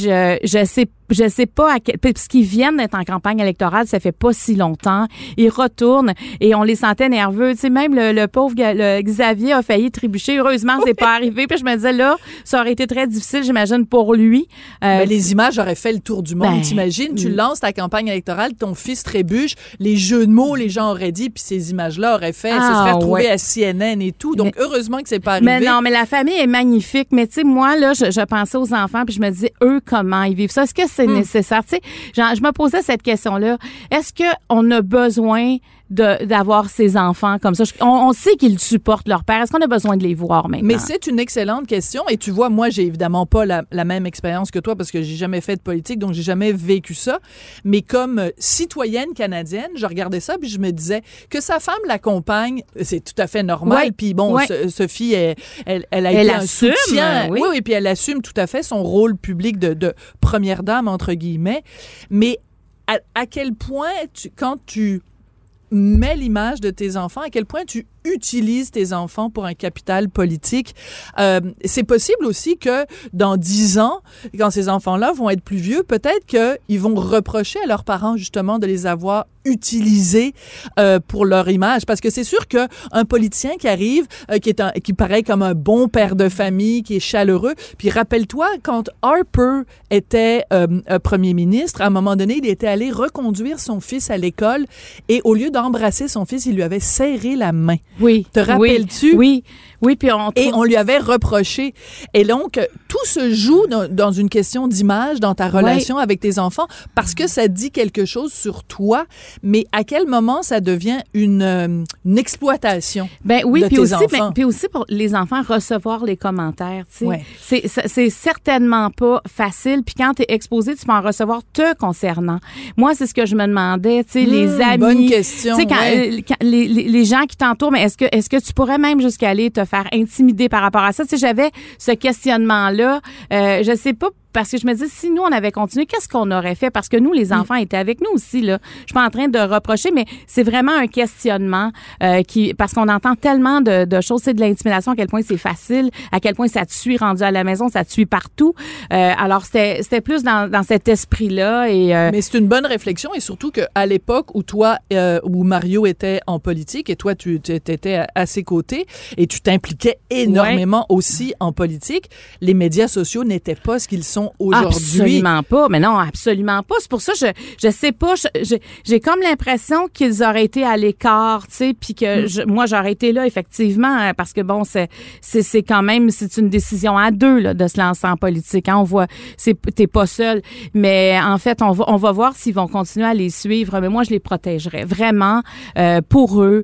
Speaker 8: je sais pas parce qu'ils viennent d'être en campagne électorale, ça fait pas si longtemps. Ils retournent et on les sentait nerveux. Tu sais, même le pauvre Xavier a failli trébucher. Heureusement, c'est pas arrivé. Puis je me disais, là, ça aurait été très difficile, j'imagine, pour lui.
Speaker 6: Les images auraient fait le tour du monde. T'imagines, tu lances ta campagne électorale, ton fils trébuche, les jeux de mots, les gens auraient dit, puis ces images-là auraient fait, se seraient retrouvées à CNN et tout. Donc, heureusement que c'est pas arrivé.
Speaker 8: Mais non, mais la famille est magnifique. Mais tu sais, moi, là, je pensais aux enfants, puis je me disais, eux, comment ils vivent ça? Est-ce que c'est nécessaire? Tu sais, je me posais cette question-là. Est-ce qu'on a besoin d'avoir ces enfants comme ça? On sait qu'ils supportent leur père. Est-ce qu'on a besoin de les voir maintenant?
Speaker 6: Mais c'est une excellente question. Et tu vois, moi, j'ai évidemment pas la même expérience que toi parce que j'ai jamais fait de politique, donc j'ai jamais vécu ça. Mais comme citoyenne canadienne, je regardais ça puis je me disais que sa femme l'accompagne, c'est tout à fait normal. Puis bon, Sophie, elle a été un soutien. Oui, puis elle assume tout à fait son rôle public de première dame, entre guillemets. Mais à quel point, quand tu mets l'image de tes enfants, à quel point tu utilises tes enfants pour un capital politique. C'est possible aussi que dans 10 ans, quand ces enfants-là vont être plus vieux, peut-être qu'ils vont reprocher à leurs parents justement de les avoir utilisés pour leur image. Parce que c'est sûr qu'un politicien qui arrive, qui paraît comme un bon père de famille, qui est chaleureux, puis rappelle-toi, quand Harper était premier ministre, à un moment donné, il était allé reconduire son fils à l'école et au lieu d'embrasser son fils, il lui avait serré la main.
Speaker 8: Oui.
Speaker 6: Te rappelles-tu?
Speaker 8: Oui. Puis
Speaker 6: on lui avait reproché. Et donc, tout se joue dans une question d'image, dans ta relation avec tes enfants, parce que ça dit quelque chose sur toi, mais à quel moment ça devient une exploitation de tes enfants?
Speaker 8: Puis aussi pour les enfants, recevoir les commentaires, tu sais. C'est certainement pas facile. Puis quand tu es exposé, tu peux en recevoir te concernant. Moi, c'est ce que je me demandais, tu sais, les amis.
Speaker 6: Bonne question.
Speaker 8: Tu sais, quand les gens qui t'entourent, mais est-ce que tu pourrais même jusqu'à aller te faire intimider par rapport à ça? Tu sais, j'avais ce questionnement-là. Je sais pas, parce que je me dis, si nous, on avait continué, qu'est-ce qu'on aurait fait? Parce que nous, les enfants étaient avec nous aussi, là. Je suis pas en train de reprocher, mais c'est vraiment un questionnement parce qu'on entend tellement de choses, c'est de l'intimidation, à quel point c'est facile, à quel point ça te suit rendu à la maison, ça te suit partout. Alors, c'était plus dans cet esprit-là.
Speaker 6: Mais c'est une bonne réflexion et surtout qu'à l'époque où toi, où Mario était en politique et toi, tu étais à ses côtés et tu t'impliquais énormément aussi en politique, les médias sociaux n'étaient pas ce qu'ils sont aujourd'hui.
Speaker 8: Absolument pas. Mais non, absolument pas. C'est pour ça je sais pas. J'ai comme l'impression qu'ils auraient été à l'écart, tu sais, puis que moi j'aurais été là effectivement parce que bon c'est quand même c'est une décision à deux là de se lancer en politique. Hein. On voit t'es pas seul, mais en fait on va voir s'ils vont continuer à les suivre. Mais moi je les protégerais vraiment pour eux.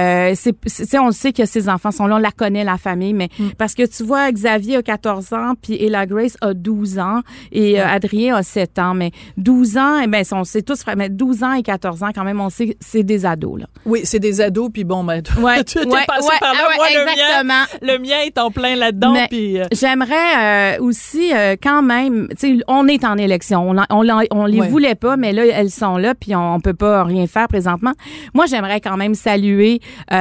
Speaker 8: On le sait que ces enfants sont là, on la connaît la famille, mais parce que tu vois Xavier a 14 ans puis Ella Grace a 12 ans. ans et Adrien a 7 ans. Mais 12 ans, on sait tous, mais 12 ans et 14 ans, quand même, on sait que c'est des ados, là.
Speaker 6: Oui, c'est des ados, puis bon, tu étais passé par là. Moi, le mien est en plein là-dedans. Puis
Speaker 8: j'aimerais aussi, quand même, tu sais, on est en élection. On les voulait pas, mais là, elles sont là, puis on peut pas rien faire présentement. Moi, j'aimerais quand même saluer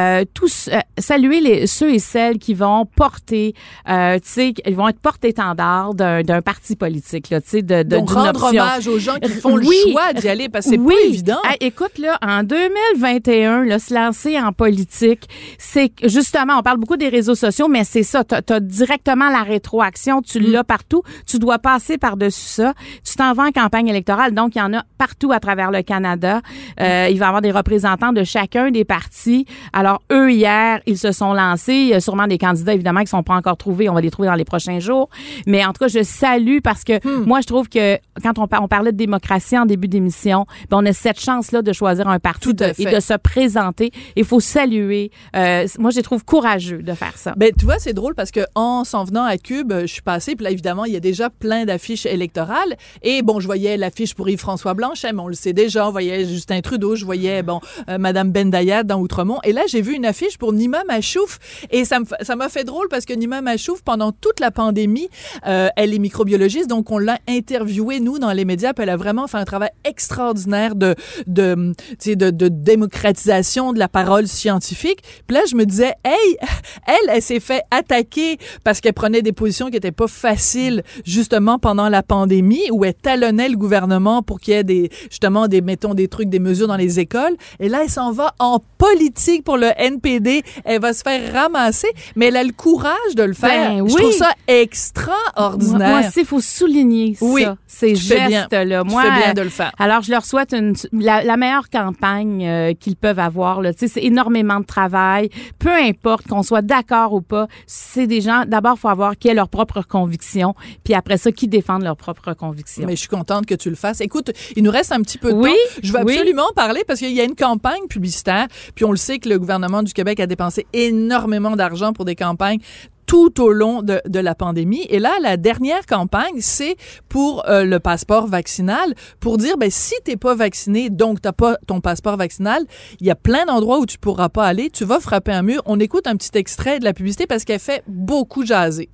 Speaker 8: ceux et celles qui vont porter, tu sais, ils vont être porte-étendard d'un parti politique, là, tu sais,
Speaker 6: donc rendre hommage aux gens qui font le choix d'y aller, parce que c'est pas évident.
Speaker 8: Écoute, là, en 2021, là, se lancer en politique, c'est justement, on parle beaucoup des réseaux sociaux, mais c'est ça, t'as directement la rétroaction, tu l'as partout, tu dois passer par-dessus ça, tu t'en vas en campagne électorale, donc il y en a partout à travers le Canada. Il va y avoir des représentants de chacun des partis. Alors, eux, hier, ils se sont lancés. Il y a sûrement des candidats, évidemment, qui ne sont pas encore trouvés. On va les trouver dans les prochains jours. Mais en tout cas, je salue parce que moi, je trouve que quand on parlait de démocratie en début d'émission, on a cette chance-là de choisir un parti et de se présenter. Il faut saluer. Moi, je les trouve courageux de faire ça.
Speaker 6: Ben, tu vois, c'est drôle parce que en s'en venant à Cube, je suis passée, puis là, évidemment, il y a déjà plein d'affiches électorales. Et bon, je voyais l'affiche pour Yves-François Blanchet, mais on le sait déjà. On voyait Justin Trudeau, je voyais, Madame Bendayad dans Outremont. Et là, j'ai vu une affiche pour Nima Machouf. Et ça m'a fait drôle parce que Nima Machouf, pendant toute la pandémie, elle est microbiologiste, donc on l'a interviewée, nous, dans les médias, puis elle a vraiment fait un travail extraordinaire de démocratisation de la parole scientifique. Puis là, je me disais, hey, elle s'est fait attaquer parce qu'elle prenait des positions qui étaient pas faciles, justement, pendant la pandémie, où elle talonnait le gouvernement pour qu'il y ait des trucs, des mesures dans les écoles. Et là, elle s'en va en politique pour le NPD. Elle va se faire ramasser, mais elle a le courage de le faire. Je trouve ça extraordinaire.
Speaker 8: Moi aussi, il faut souligner ça, ces gestes-là.
Speaker 6: Tu fais bien de le faire.
Speaker 8: Alors, je leur souhaite la meilleure campagne qu'ils peuvent avoir. Là. Tu sais, c'est énormément de travail. Peu importe qu'on soit d'accord ou pas, c'est des gens, d'abord, il faut avoir qui aient leurs propres convictions, puis après ça, qui défendent leurs propres convictions.
Speaker 6: Mais je suis contente que tu le fasses. Écoute, il nous reste un petit peu de temps. Je veux absolument parler parce qu'il y a une campagne publicitaire, puis on le sait que le gouvernement du Québec a dépensé énormément d'argent pour des campagnes tout au long de la pandémie. Et là, la dernière campagne, c'est pour le passeport vaccinal, pour dire, si t'es pas vacciné, donc t'as pas ton passeport vaccinal, il y a plein d'endroits où tu pourras pas aller, tu vas frapper un mur. On écoute un petit extrait de la publicité parce qu'elle fait beaucoup jaser.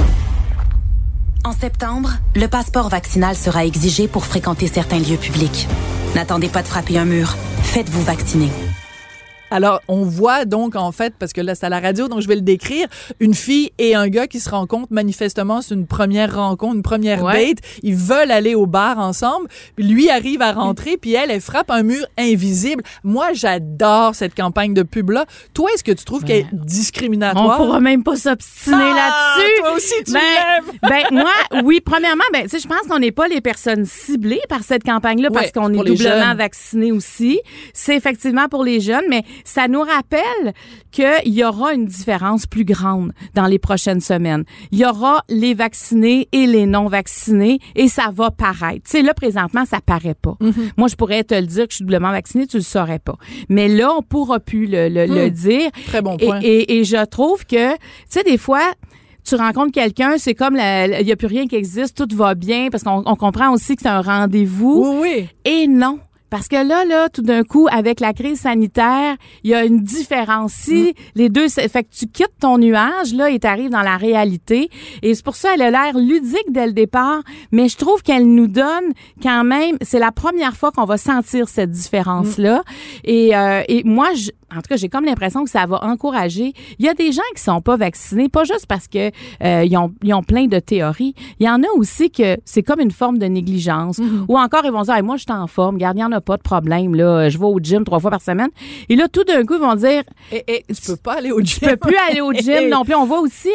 Speaker 9: En septembre, le passeport vaccinal sera exigé pour fréquenter certains lieux publics. N'attendez pas de frapper un mur. Faites-vous vacciner.
Speaker 6: Alors, on voit donc, en fait, parce que là, c'est à la radio, donc je vais le décrire, une fille et un gars qui se rencontrent. Manifestement, c'est une première rencontre, une première date. Ils veulent aller au bar ensemble. Puis lui arrive à rentrer, puis elle frappe un mur invisible. Moi, j'adore cette campagne de pub-là. Toi, est-ce que tu trouves qu'elle est discriminatoire?
Speaker 8: On pourra même pas s'obstiner là-dessus.
Speaker 6: Toi aussi, tu l'aimes!
Speaker 8: Moi, oui, premièrement, tu sais, je pense qu'on n'est pas les personnes ciblées par cette campagne-là parce qu'on est doublement vaccinés aussi. C'est effectivement pour les jeunes, mais ça nous rappelle qu'il y aura une différence plus grande dans les prochaines semaines. Il y aura les vaccinés et les non-vaccinés et ça va paraître. Tu sais, là, présentement, ça paraît pas. Mm-hmm. Moi, je pourrais te le dire que je suis doublement vaccinée, tu le saurais pas. Mais là, on pourra plus le dire.
Speaker 6: Très bon point.
Speaker 8: Et je trouve que, tu sais, des fois, tu rencontres quelqu'un, c'est comme il n'y a plus rien qui existe, tout va bien, parce qu'on comprend aussi que c'est un rendez-vous.
Speaker 6: Oui.
Speaker 8: Et non. Parce que là, tout d'un coup, avec la crise sanitaire, il y a une différence. Si les deux, fait que tu quittes ton nuage, là, et t'arrives dans la réalité. Et c'est pour ça, elle a l'air ludique dès le départ. Mais je trouve qu'elle nous donne quand même, c'est la première fois qu'on va sentir cette différence-là. Et moi, en tout cas, j'ai comme l'impression que ça va encourager. Il y a des gens qui sont pas vaccinés, pas juste parce que ils ont plein de théories. Il y en a aussi que c'est comme une forme de négligence. Ou encore, ils vont dire, hey, moi, je suis en forme, regarde, il n'y en a pas de problème, là, je vais au gym 3 fois par semaine. Et là, tout d'un coup, ils vont dire,
Speaker 6: tu peux pas aller au gym.
Speaker 8: Je peux plus aller au gym non plus. On voit aussi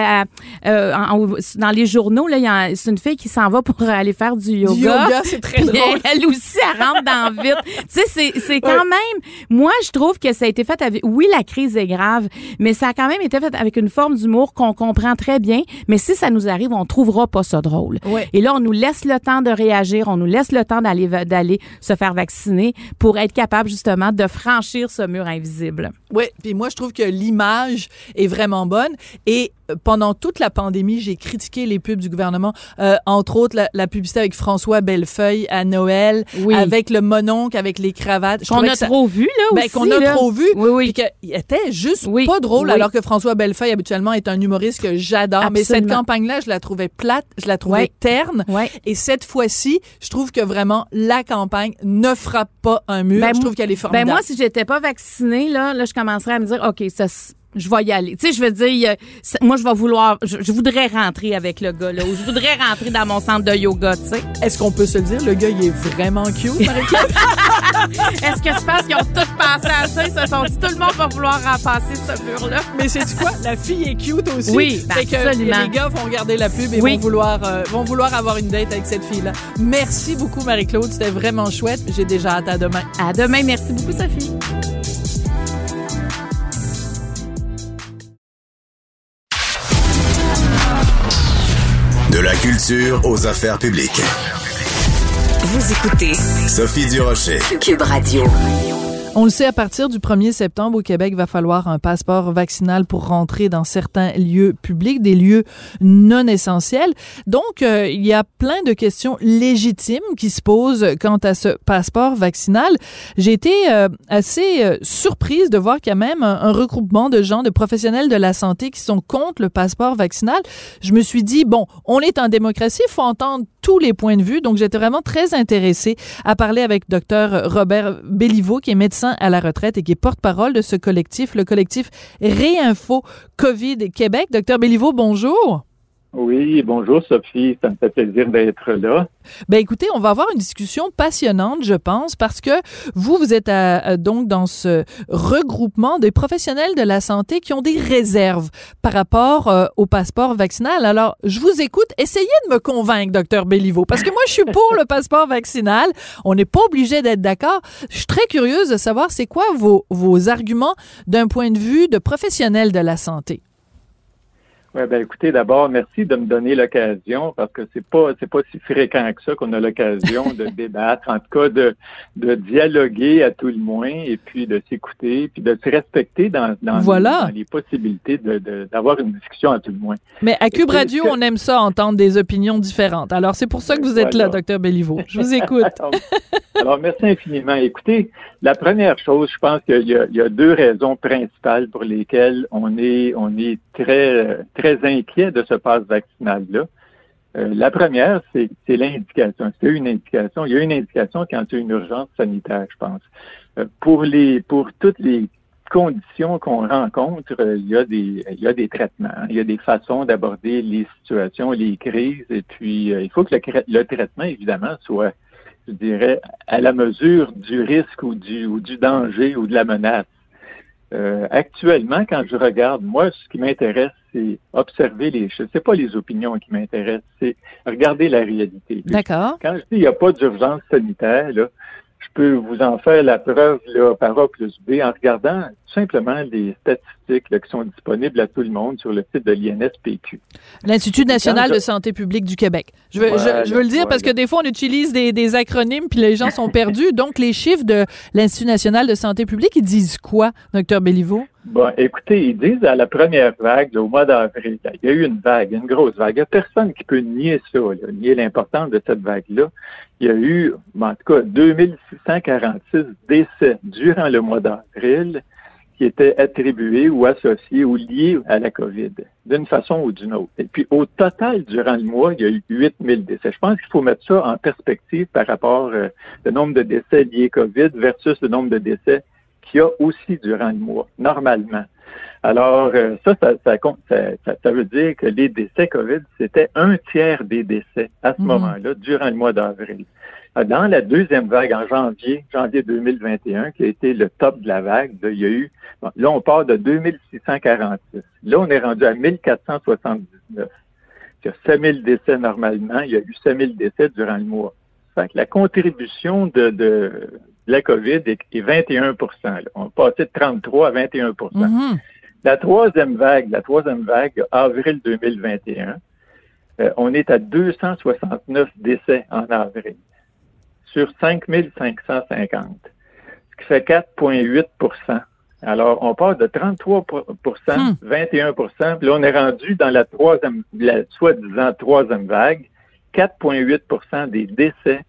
Speaker 8: dans les journaux, là, c'est une fille qui s'en va pour aller faire du yoga.
Speaker 6: Du yoga, c'est très drôle.
Speaker 8: Elle aussi, elle rentre dans vite. Tu sais, c'est quand même, moi, je trouve que ça a été fait avec, oui, la crise est grave, mais ça a quand même été fait avec une forme d'humour qu'on comprend très bien, mais si ça nous arrive, on trouvera pas ça drôle.
Speaker 6: Ouais.
Speaker 8: Et là, on nous laisse le temps de réagir, on nous laisse le temps d'aller se faire vacciner pour être capable, justement, de franchir ce mur invisible.
Speaker 6: Oui, puis moi, je trouve que l'image est vraiment bonne. Et pendant toute la pandémie, j'ai critiqué les pubs du gouvernement, entre autres la publicité avec François Bellefeuille à Noël, avec le mononcle, avec les cravates.
Speaker 8: Qu'on a trop vu, là, aussi.
Speaker 6: Qu'on a trop vu,
Speaker 8: oui.
Speaker 6: puis qu'il était juste pas drôle, alors que François Bellefeuille, habituellement, est un humoriste que j'adore.
Speaker 8: Absolument.
Speaker 6: Mais cette campagne-là, je la trouvais plate, je la trouvais terne.
Speaker 8: Ouais.
Speaker 6: Et cette fois-ci, je trouve que vraiment, la campagne ne frappe pas un mur. Je trouve qu'elle est formidable.
Speaker 8: Ben moi, si j'étais pas vaccinée, là, je commencerais à me dire, OK, je vais y aller. Tu sais, je veux dire, moi, je voudrais rentrer avec le gars, là, ou je voudrais rentrer dans mon centre de yoga, tu sais.
Speaker 6: Est-ce qu'on peut se le dire, le gars, il est vraiment cute, Marie-Claude?
Speaker 8: Est-ce que tu penses qu'ils ont tous pensé à ça? Ils se sont dit, tout le monde va vouloir passer ce mur-là.
Speaker 6: Mais sais-tu quoi? La fille est cute aussi.
Speaker 8: Oui,
Speaker 6: fait que
Speaker 8: absolument.
Speaker 6: les gars vont regarder la pub et vont vouloir avoir une date avec cette fille-là. Merci beaucoup, Marie-Claude. C'était vraiment chouette. J'ai déjà hâte à demain.
Speaker 8: À demain. Merci beaucoup, Sophie.
Speaker 5: De la culture aux affaires publiques.
Speaker 1: Vous écoutez
Speaker 5: Sophie Durocher.
Speaker 1: Cube Radio.
Speaker 6: On le sait, à partir du 1er septembre, au Québec, il va falloir un passeport vaccinal pour rentrer dans certains lieux publics, des lieux non essentiels. Donc, il y a plein de questions légitimes qui se posent quant à ce passeport vaccinal. J'ai été assez surprise de voir qu'il y a même un regroupement de gens, de professionnels de la santé qui sont contre le passeport vaccinal. Je me suis dit, bon, on est en démocratie, il faut entendre tous les points de vue. Donc, j'étais vraiment très intéressée à parler avec Dr Robert Béliveau, qui est médecin à la retraite et qui est porte-parole de ce collectif, le collectif Réinfo COVID Québec. Dr Béliveau, bonjour.
Speaker 10: Oui, bonjour Sophie, ça me fait plaisir d'être là.
Speaker 6: Ben écoutez, on va avoir une discussion passionnante, je pense, parce que vous êtes donc dans ce regroupement des professionnels de la santé qui ont des réserves par rapport au passeport vaccinal. Alors, je vous écoute. Essayez de me convaincre, Dr Béliveau, parce que moi, je suis pour le passeport vaccinal. On n'est pas obligé d'être d'accord. Je suis très curieuse de savoir c'est quoi vos arguments d'un point de vue de professionnels de la santé.
Speaker 10: Oui, ben écoutez, d'abord, merci de me donner l'occasion, parce que c'est pas si fréquent que ça qu'on a l'occasion de débattre, en tout cas de dialoguer à tout le moins, et puis de s'écouter, puis de se respecter dans les possibilités d'avoir une discussion à tout le moins.
Speaker 6: Mais à Cube Radio, on aime ça, entendre des opinions différentes. Alors, c'est pour ça que vous êtes là, Dr Béliveau. Je vous écoute.
Speaker 10: Alors, merci infiniment. Écoutez, la première chose, je pense qu'il y a deux raisons principales pour lesquelles on est très inquiet de ce passe vaccinal-là. La première, c'est l'indication. Il y a une indication quand il y a une urgence sanitaire, je pense. Pour toutes les conditions qu'on rencontre, il y a des traitements, il y a des façons d'aborder les situations, les crises, et puis il faut que le traitement, évidemment, soit, je dirais, à la mesure du risque ou du danger ou de la menace. Actuellement, quand je regarde, moi, ce qui m'intéresse, c'est observer les choses. C'est pas les opinions qui m'intéressent, c'est regarder la réalité.
Speaker 6: D'accord.
Speaker 10: Quand je dis il n'y a pas d'urgence sanitaire, là, je peux vous en faire la preuve là, par A plus B en regardant simplement les statistiques là, qui sont disponibles à tout le monde sur le site de l'INSPQ.
Speaker 6: L'Institut national de santé publique du Québec. Je veux le dire parce que des fois, on utilise des acronymes puis les gens sont perdus. Donc, les chiffres de l'Institut national de santé publique, ils disent quoi, Dr Béliveau?
Speaker 10: Bon, écoutez, ils disent à la première vague, là, au mois d'avril, là, il y a eu une vague, une grosse vague. Il n'y a personne qui peut nier ça, là, nier l'importance de cette vague-là. Il y a eu, en tout cas, 2646 décès durant le mois d'avril qui étaient attribués ou associés ou liés à la COVID, d'une façon ou d'une autre. Et puis, au total, durant le mois, il y a eu 8000 décès. Je pense qu'il faut mettre ça en perspective par rapport au nombre de décès liés COVID versus le nombre de décès qu'il y a aussi durant le mois, normalement. Alors, ça veut dire que les décès COVID, c'était 1/3 des décès à ce moment-là, durant le mois d'avril. Dans la deuxième vague, en janvier 2021, qui a été le top de la vague, là, il y a eu, là, on part de 2646. Là, on est rendu à 1479. Il y a 5000 décès normalement, il y a eu 5000 décès durant le mois. Fait que la contribution de la COVID est 21 %. On est passé de 33 à 21 %. La troisième vague, avril 2021, on est à 269 décès en avril sur 5 550, ce qui fait 4,8 %. Alors, on passe de 33 %, 21 %, puis là, on est rendu dans la soi-disant troisième vague. 4,8 % des décès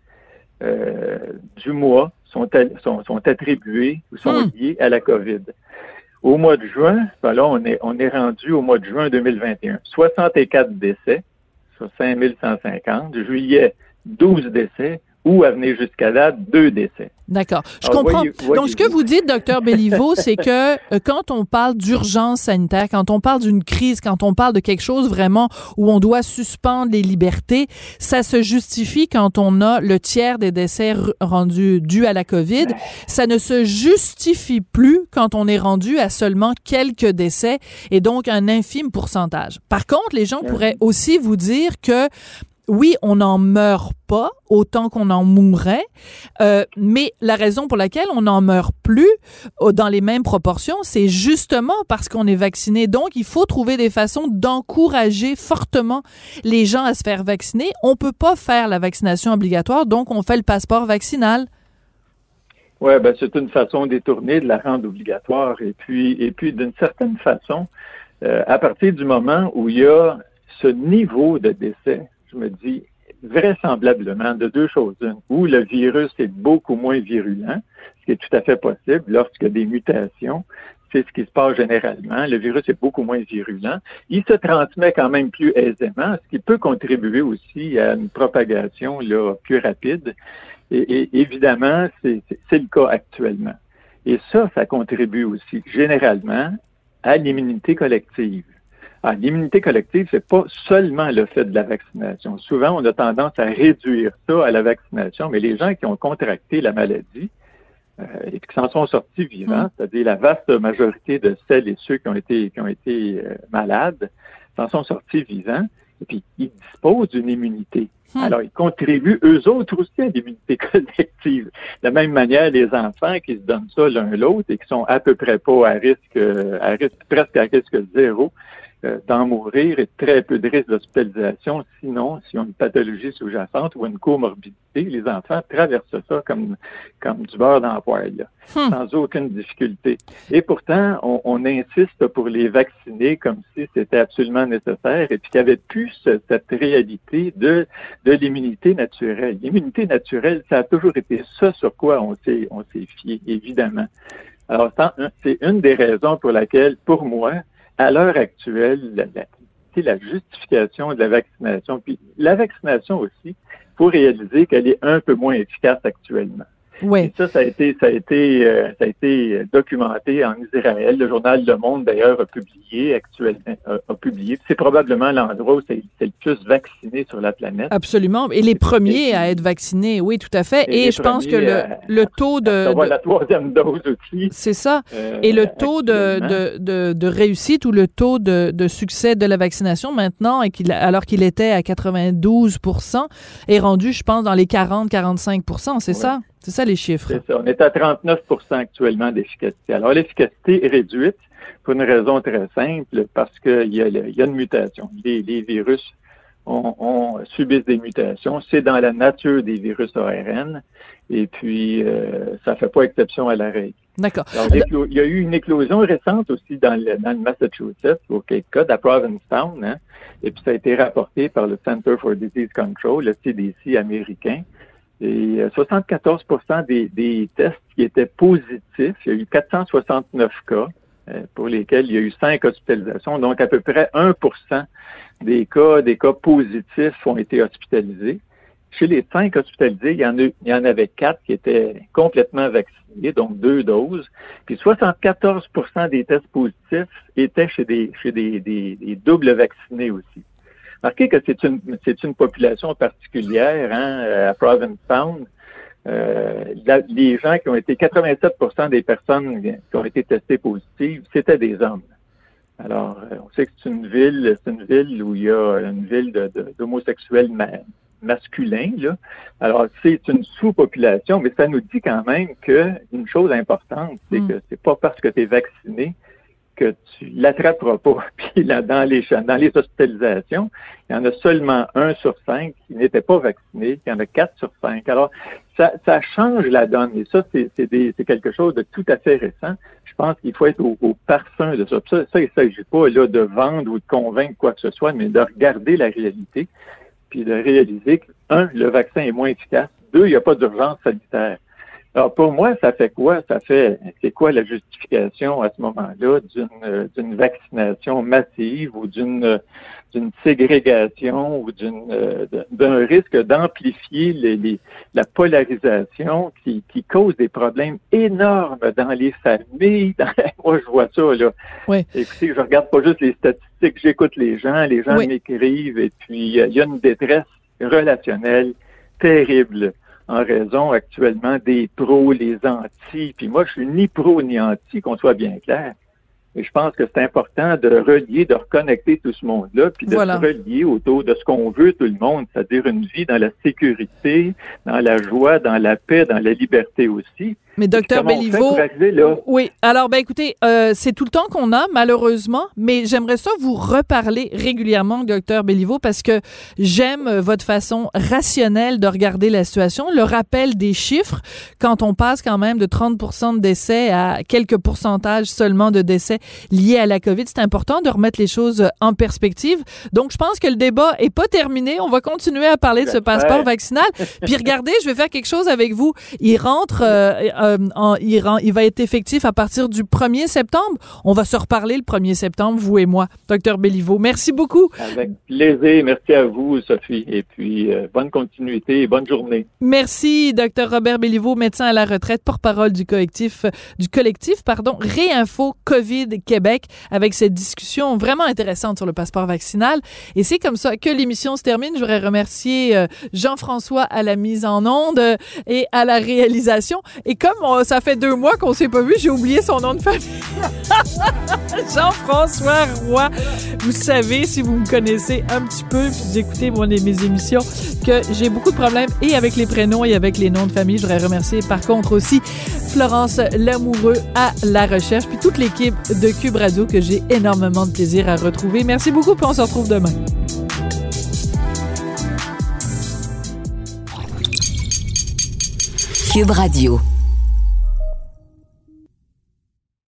Speaker 10: du mois sont attribués ou sont liés à la COVID. Au mois de juin, ben là, on est rendu au mois de juin 2021. 64 décès sur 5 150. Juillet, 12 décès. Ou à venir jusqu'à date, 2 décès.
Speaker 6: D'accord. Je comprends. Donc, ce que vous dites, Dr Béliveau, c'est que quand on parle d'urgence sanitaire, quand on parle d'une crise, quand on parle de quelque chose vraiment où on doit suspendre les libertés, ça se justifie quand on a le tiers des décès rendus dus à la COVID. Ça ne se justifie plus quand on est rendu à seulement quelques décès et donc un infime pourcentage. Par contre, les gens pourraient aussi vous dire que oui, on n'en meurt pas autant qu'on en mourrait, mais la raison pour laquelle on n'en meurt plus dans les mêmes proportions, c'est justement parce qu'on est vacciné. Donc, il faut trouver des façons d'encourager fortement les gens à se faire vacciner. On peut pas faire la vaccination obligatoire, donc on fait le passeport vaccinal.
Speaker 10: Oui, ben c'est une façon détournée de la rendre obligatoire. Et puis d'une certaine façon, à partir du moment où il y a ce niveau de décès, je me dis vraisemblablement de deux choses. Une, où le virus est beaucoup moins virulent, ce qui est tout à fait possible lorsqu'il y a des mutations. C'est ce qui se passe généralement. Le virus est beaucoup moins virulent. Il se transmet quand même plus aisément, ce qui peut contribuer aussi à une propagation là, plus rapide. Et évidemment, c'est le cas actuellement. Et ça contribue aussi généralement à l'immunité collective. Alors, l'immunité collective, c'est pas seulement le fait de la vaccination. Souvent, on a tendance à réduire ça à la vaccination, mais les gens qui ont contracté la maladie et qui s'en sont sortis vivants, c'est-à-dire la vaste majorité de celles et ceux qui ont été malades, s'en sont sortis vivants, et puis ils disposent d'une immunité. Alors, ils contribuent eux autres aussi à l'immunité collective. De la même manière, les enfants qui se donnent ça l'un l'autre et qui sont à peu près pas presque à risque zéro, d'en mourir et très peu de risque d'hospitalisation. Sinon, s'ils ont une pathologie sous-jacente ou une comorbidité, les enfants traversent ça comme du beurre dans la poêle, sans aucune difficulté. Et pourtant, on insiste pour les vacciner comme si c'était absolument nécessaire et puis qu'il n'y avait plus cette réalité de l'immunité naturelle. L'immunité naturelle, ça a toujours été ça sur quoi on s'est fié, évidemment. Alors, c'est une des raisons pour laquelle, pour moi, à l'heure actuelle, c'est la justification de la vaccination. Puis la vaccination aussi, il faut réaliser qu'elle est un peu moins efficace actuellement.
Speaker 6: Oui.
Speaker 10: Et ça a été documenté en Israël. Le journal Le Monde, d'ailleurs, a publié. C'est probablement l'endroit où c'est le plus vacciné sur la planète.
Speaker 6: Absolument. Et les premiers à être vaccinés, oui, tout à fait. Et je pense que le taux de
Speaker 10: la troisième dose aussi.
Speaker 6: C'est ça. Et le taux de réussite ou le taux de succès de la vaccination maintenant, alors qu'il était à 92 %, est rendu, je pense, dans les 40-45 %. C'est ça? C'est ça les chiffres.
Speaker 10: C'est ça. On est à 39 % actuellement d'efficacité. Alors, l'efficacité est réduite pour une raison très simple, parce qu'il y a une mutation. Les virus subissent des mutations. C'est dans la nature des virus ARN. Et puis, ça fait pas exception à la règle.
Speaker 6: D'accord.
Speaker 10: Alors, il y a eu une éclosion récente aussi dans le Massachusetts, au Cape Cod, à Provincetown, hein, et puis ça a été rapporté par le Center for Disease Control, le CDC américain. Et 74 % des tests qui étaient positifs, il y a eu 469 cas pour lesquels il y a eu 5 hospitalisations. Donc, à peu près 1 % des cas positifs ont été hospitalisés. Chez les 5 hospitalisés, il y en avait 4 qui étaient complètement vaccinés, donc 2 doses. Puis 74 % des tests positifs étaient chez des doubles vaccinés aussi. Remarquez que c'est une population particulière, hein, à Provincetown. Les gens qui ont été 87 % des personnes qui ont été testées positives, c'était des hommes. Alors, on sait que c'est une ville où il y a une ville d'homosexuels masculin, là. Alors, c'est une sous-population, mais ça nous dit quand même qu'une chose importante, c'est que c'est pas parce que tu es vacciné que tu l'attraperas pas. Puis là, dans les hospitalisations, il y en a seulement 1 sur 5 qui n'était pas vacciné, il y en a 4 sur 5. Alors, ça change la donne. Et ça, c'est quelque chose de tout à fait récent. Je pense qu'il faut être au parfum de ça. Ça, il ne s'agit pas là de vendre ou de convaincre quoi que ce soit, mais de regarder la réalité, puis de réaliser que, 1, le vaccin est moins efficace, 2, il n'y a pas d'urgence sanitaire. Alors, pour moi, ça fait quoi? C'est quoi la justification à ce moment-là d'une vaccination massive ou d'une ségrégation ou d'un risque d'amplifier la polarisation qui cause des problèmes énormes dans les familles. Moi, je vois ça, là.
Speaker 6: Oui.
Speaker 10: Écoutez, je regarde pas juste les statistiques, j'écoute les gens
Speaker 6: oui.
Speaker 10: m'écrivent et puis il y a une détresse relationnelle terrible en raison actuellement des pros, les antis. Puis moi, je suis ni pro ni anti, qu'on soit bien clair. Et je pense que c'est important de relier, de reconnecter tout ce monde-là, puis de se relier autour de ce qu'on veut tout le monde, c'est-à-dire une vie dans la sécurité, dans la joie, dans la paix, dans la liberté aussi.
Speaker 6: Mais Dr Béliveau, oui. Alors, écoutez, c'est tout le temps qu'on a, malheureusement, mais j'aimerais ça vous reparler régulièrement, Dr Béliveau, parce que j'aime votre façon rationnelle de regarder la situation, le rappel des chiffres, quand on passe quand même de 30% de décès à quelques pourcentages seulement de décès liés à la COVID. C'est important de remettre les choses en perspective. Donc, je pense que le débat est pas terminé. On va continuer à parler de ce passeport vaccinal. Puis regardez, je vais faire quelque chose avec vous. Il rentre... il va être effectif à partir du 1er septembre. On va se reparler le 1er septembre, vous et moi, Dr Béliveau. Merci beaucoup.
Speaker 10: Avec plaisir. Merci à vous, Sophie. Et puis, bonne continuité et bonne journée.
Speaker 6: Merci, Dr Robert Béliveau, médecin à la retraite, porte-parole du collectif, Réinfo COVID Québec, avec cette discussion vraiment intéressante sur le passeport vaccinal. Et c'est comme ça que l'émission se termine. Je voudrais remercier Jean-François à la mise en onde et à la réalisation. Et comme ça fait 2 mois qu'on s'est pas vu, j'ai oublié son nom de famille. Jean-François Roy. Vous savez, si vous me connaissez un petit peu, puis vous écoutez mes émissions, que j'ai beaucoup de problèmes et avec les prénoms et avec les noms de famille. Je voudrais remercier par contre aussi Florence Lamoureux à la recherche, puis toute l'équipe de Cube Radio que j'ai énormément de plaisir à retrouver. Merci beaucoup, puis on se retrouve demain.
Speaker 1: Cube Radio.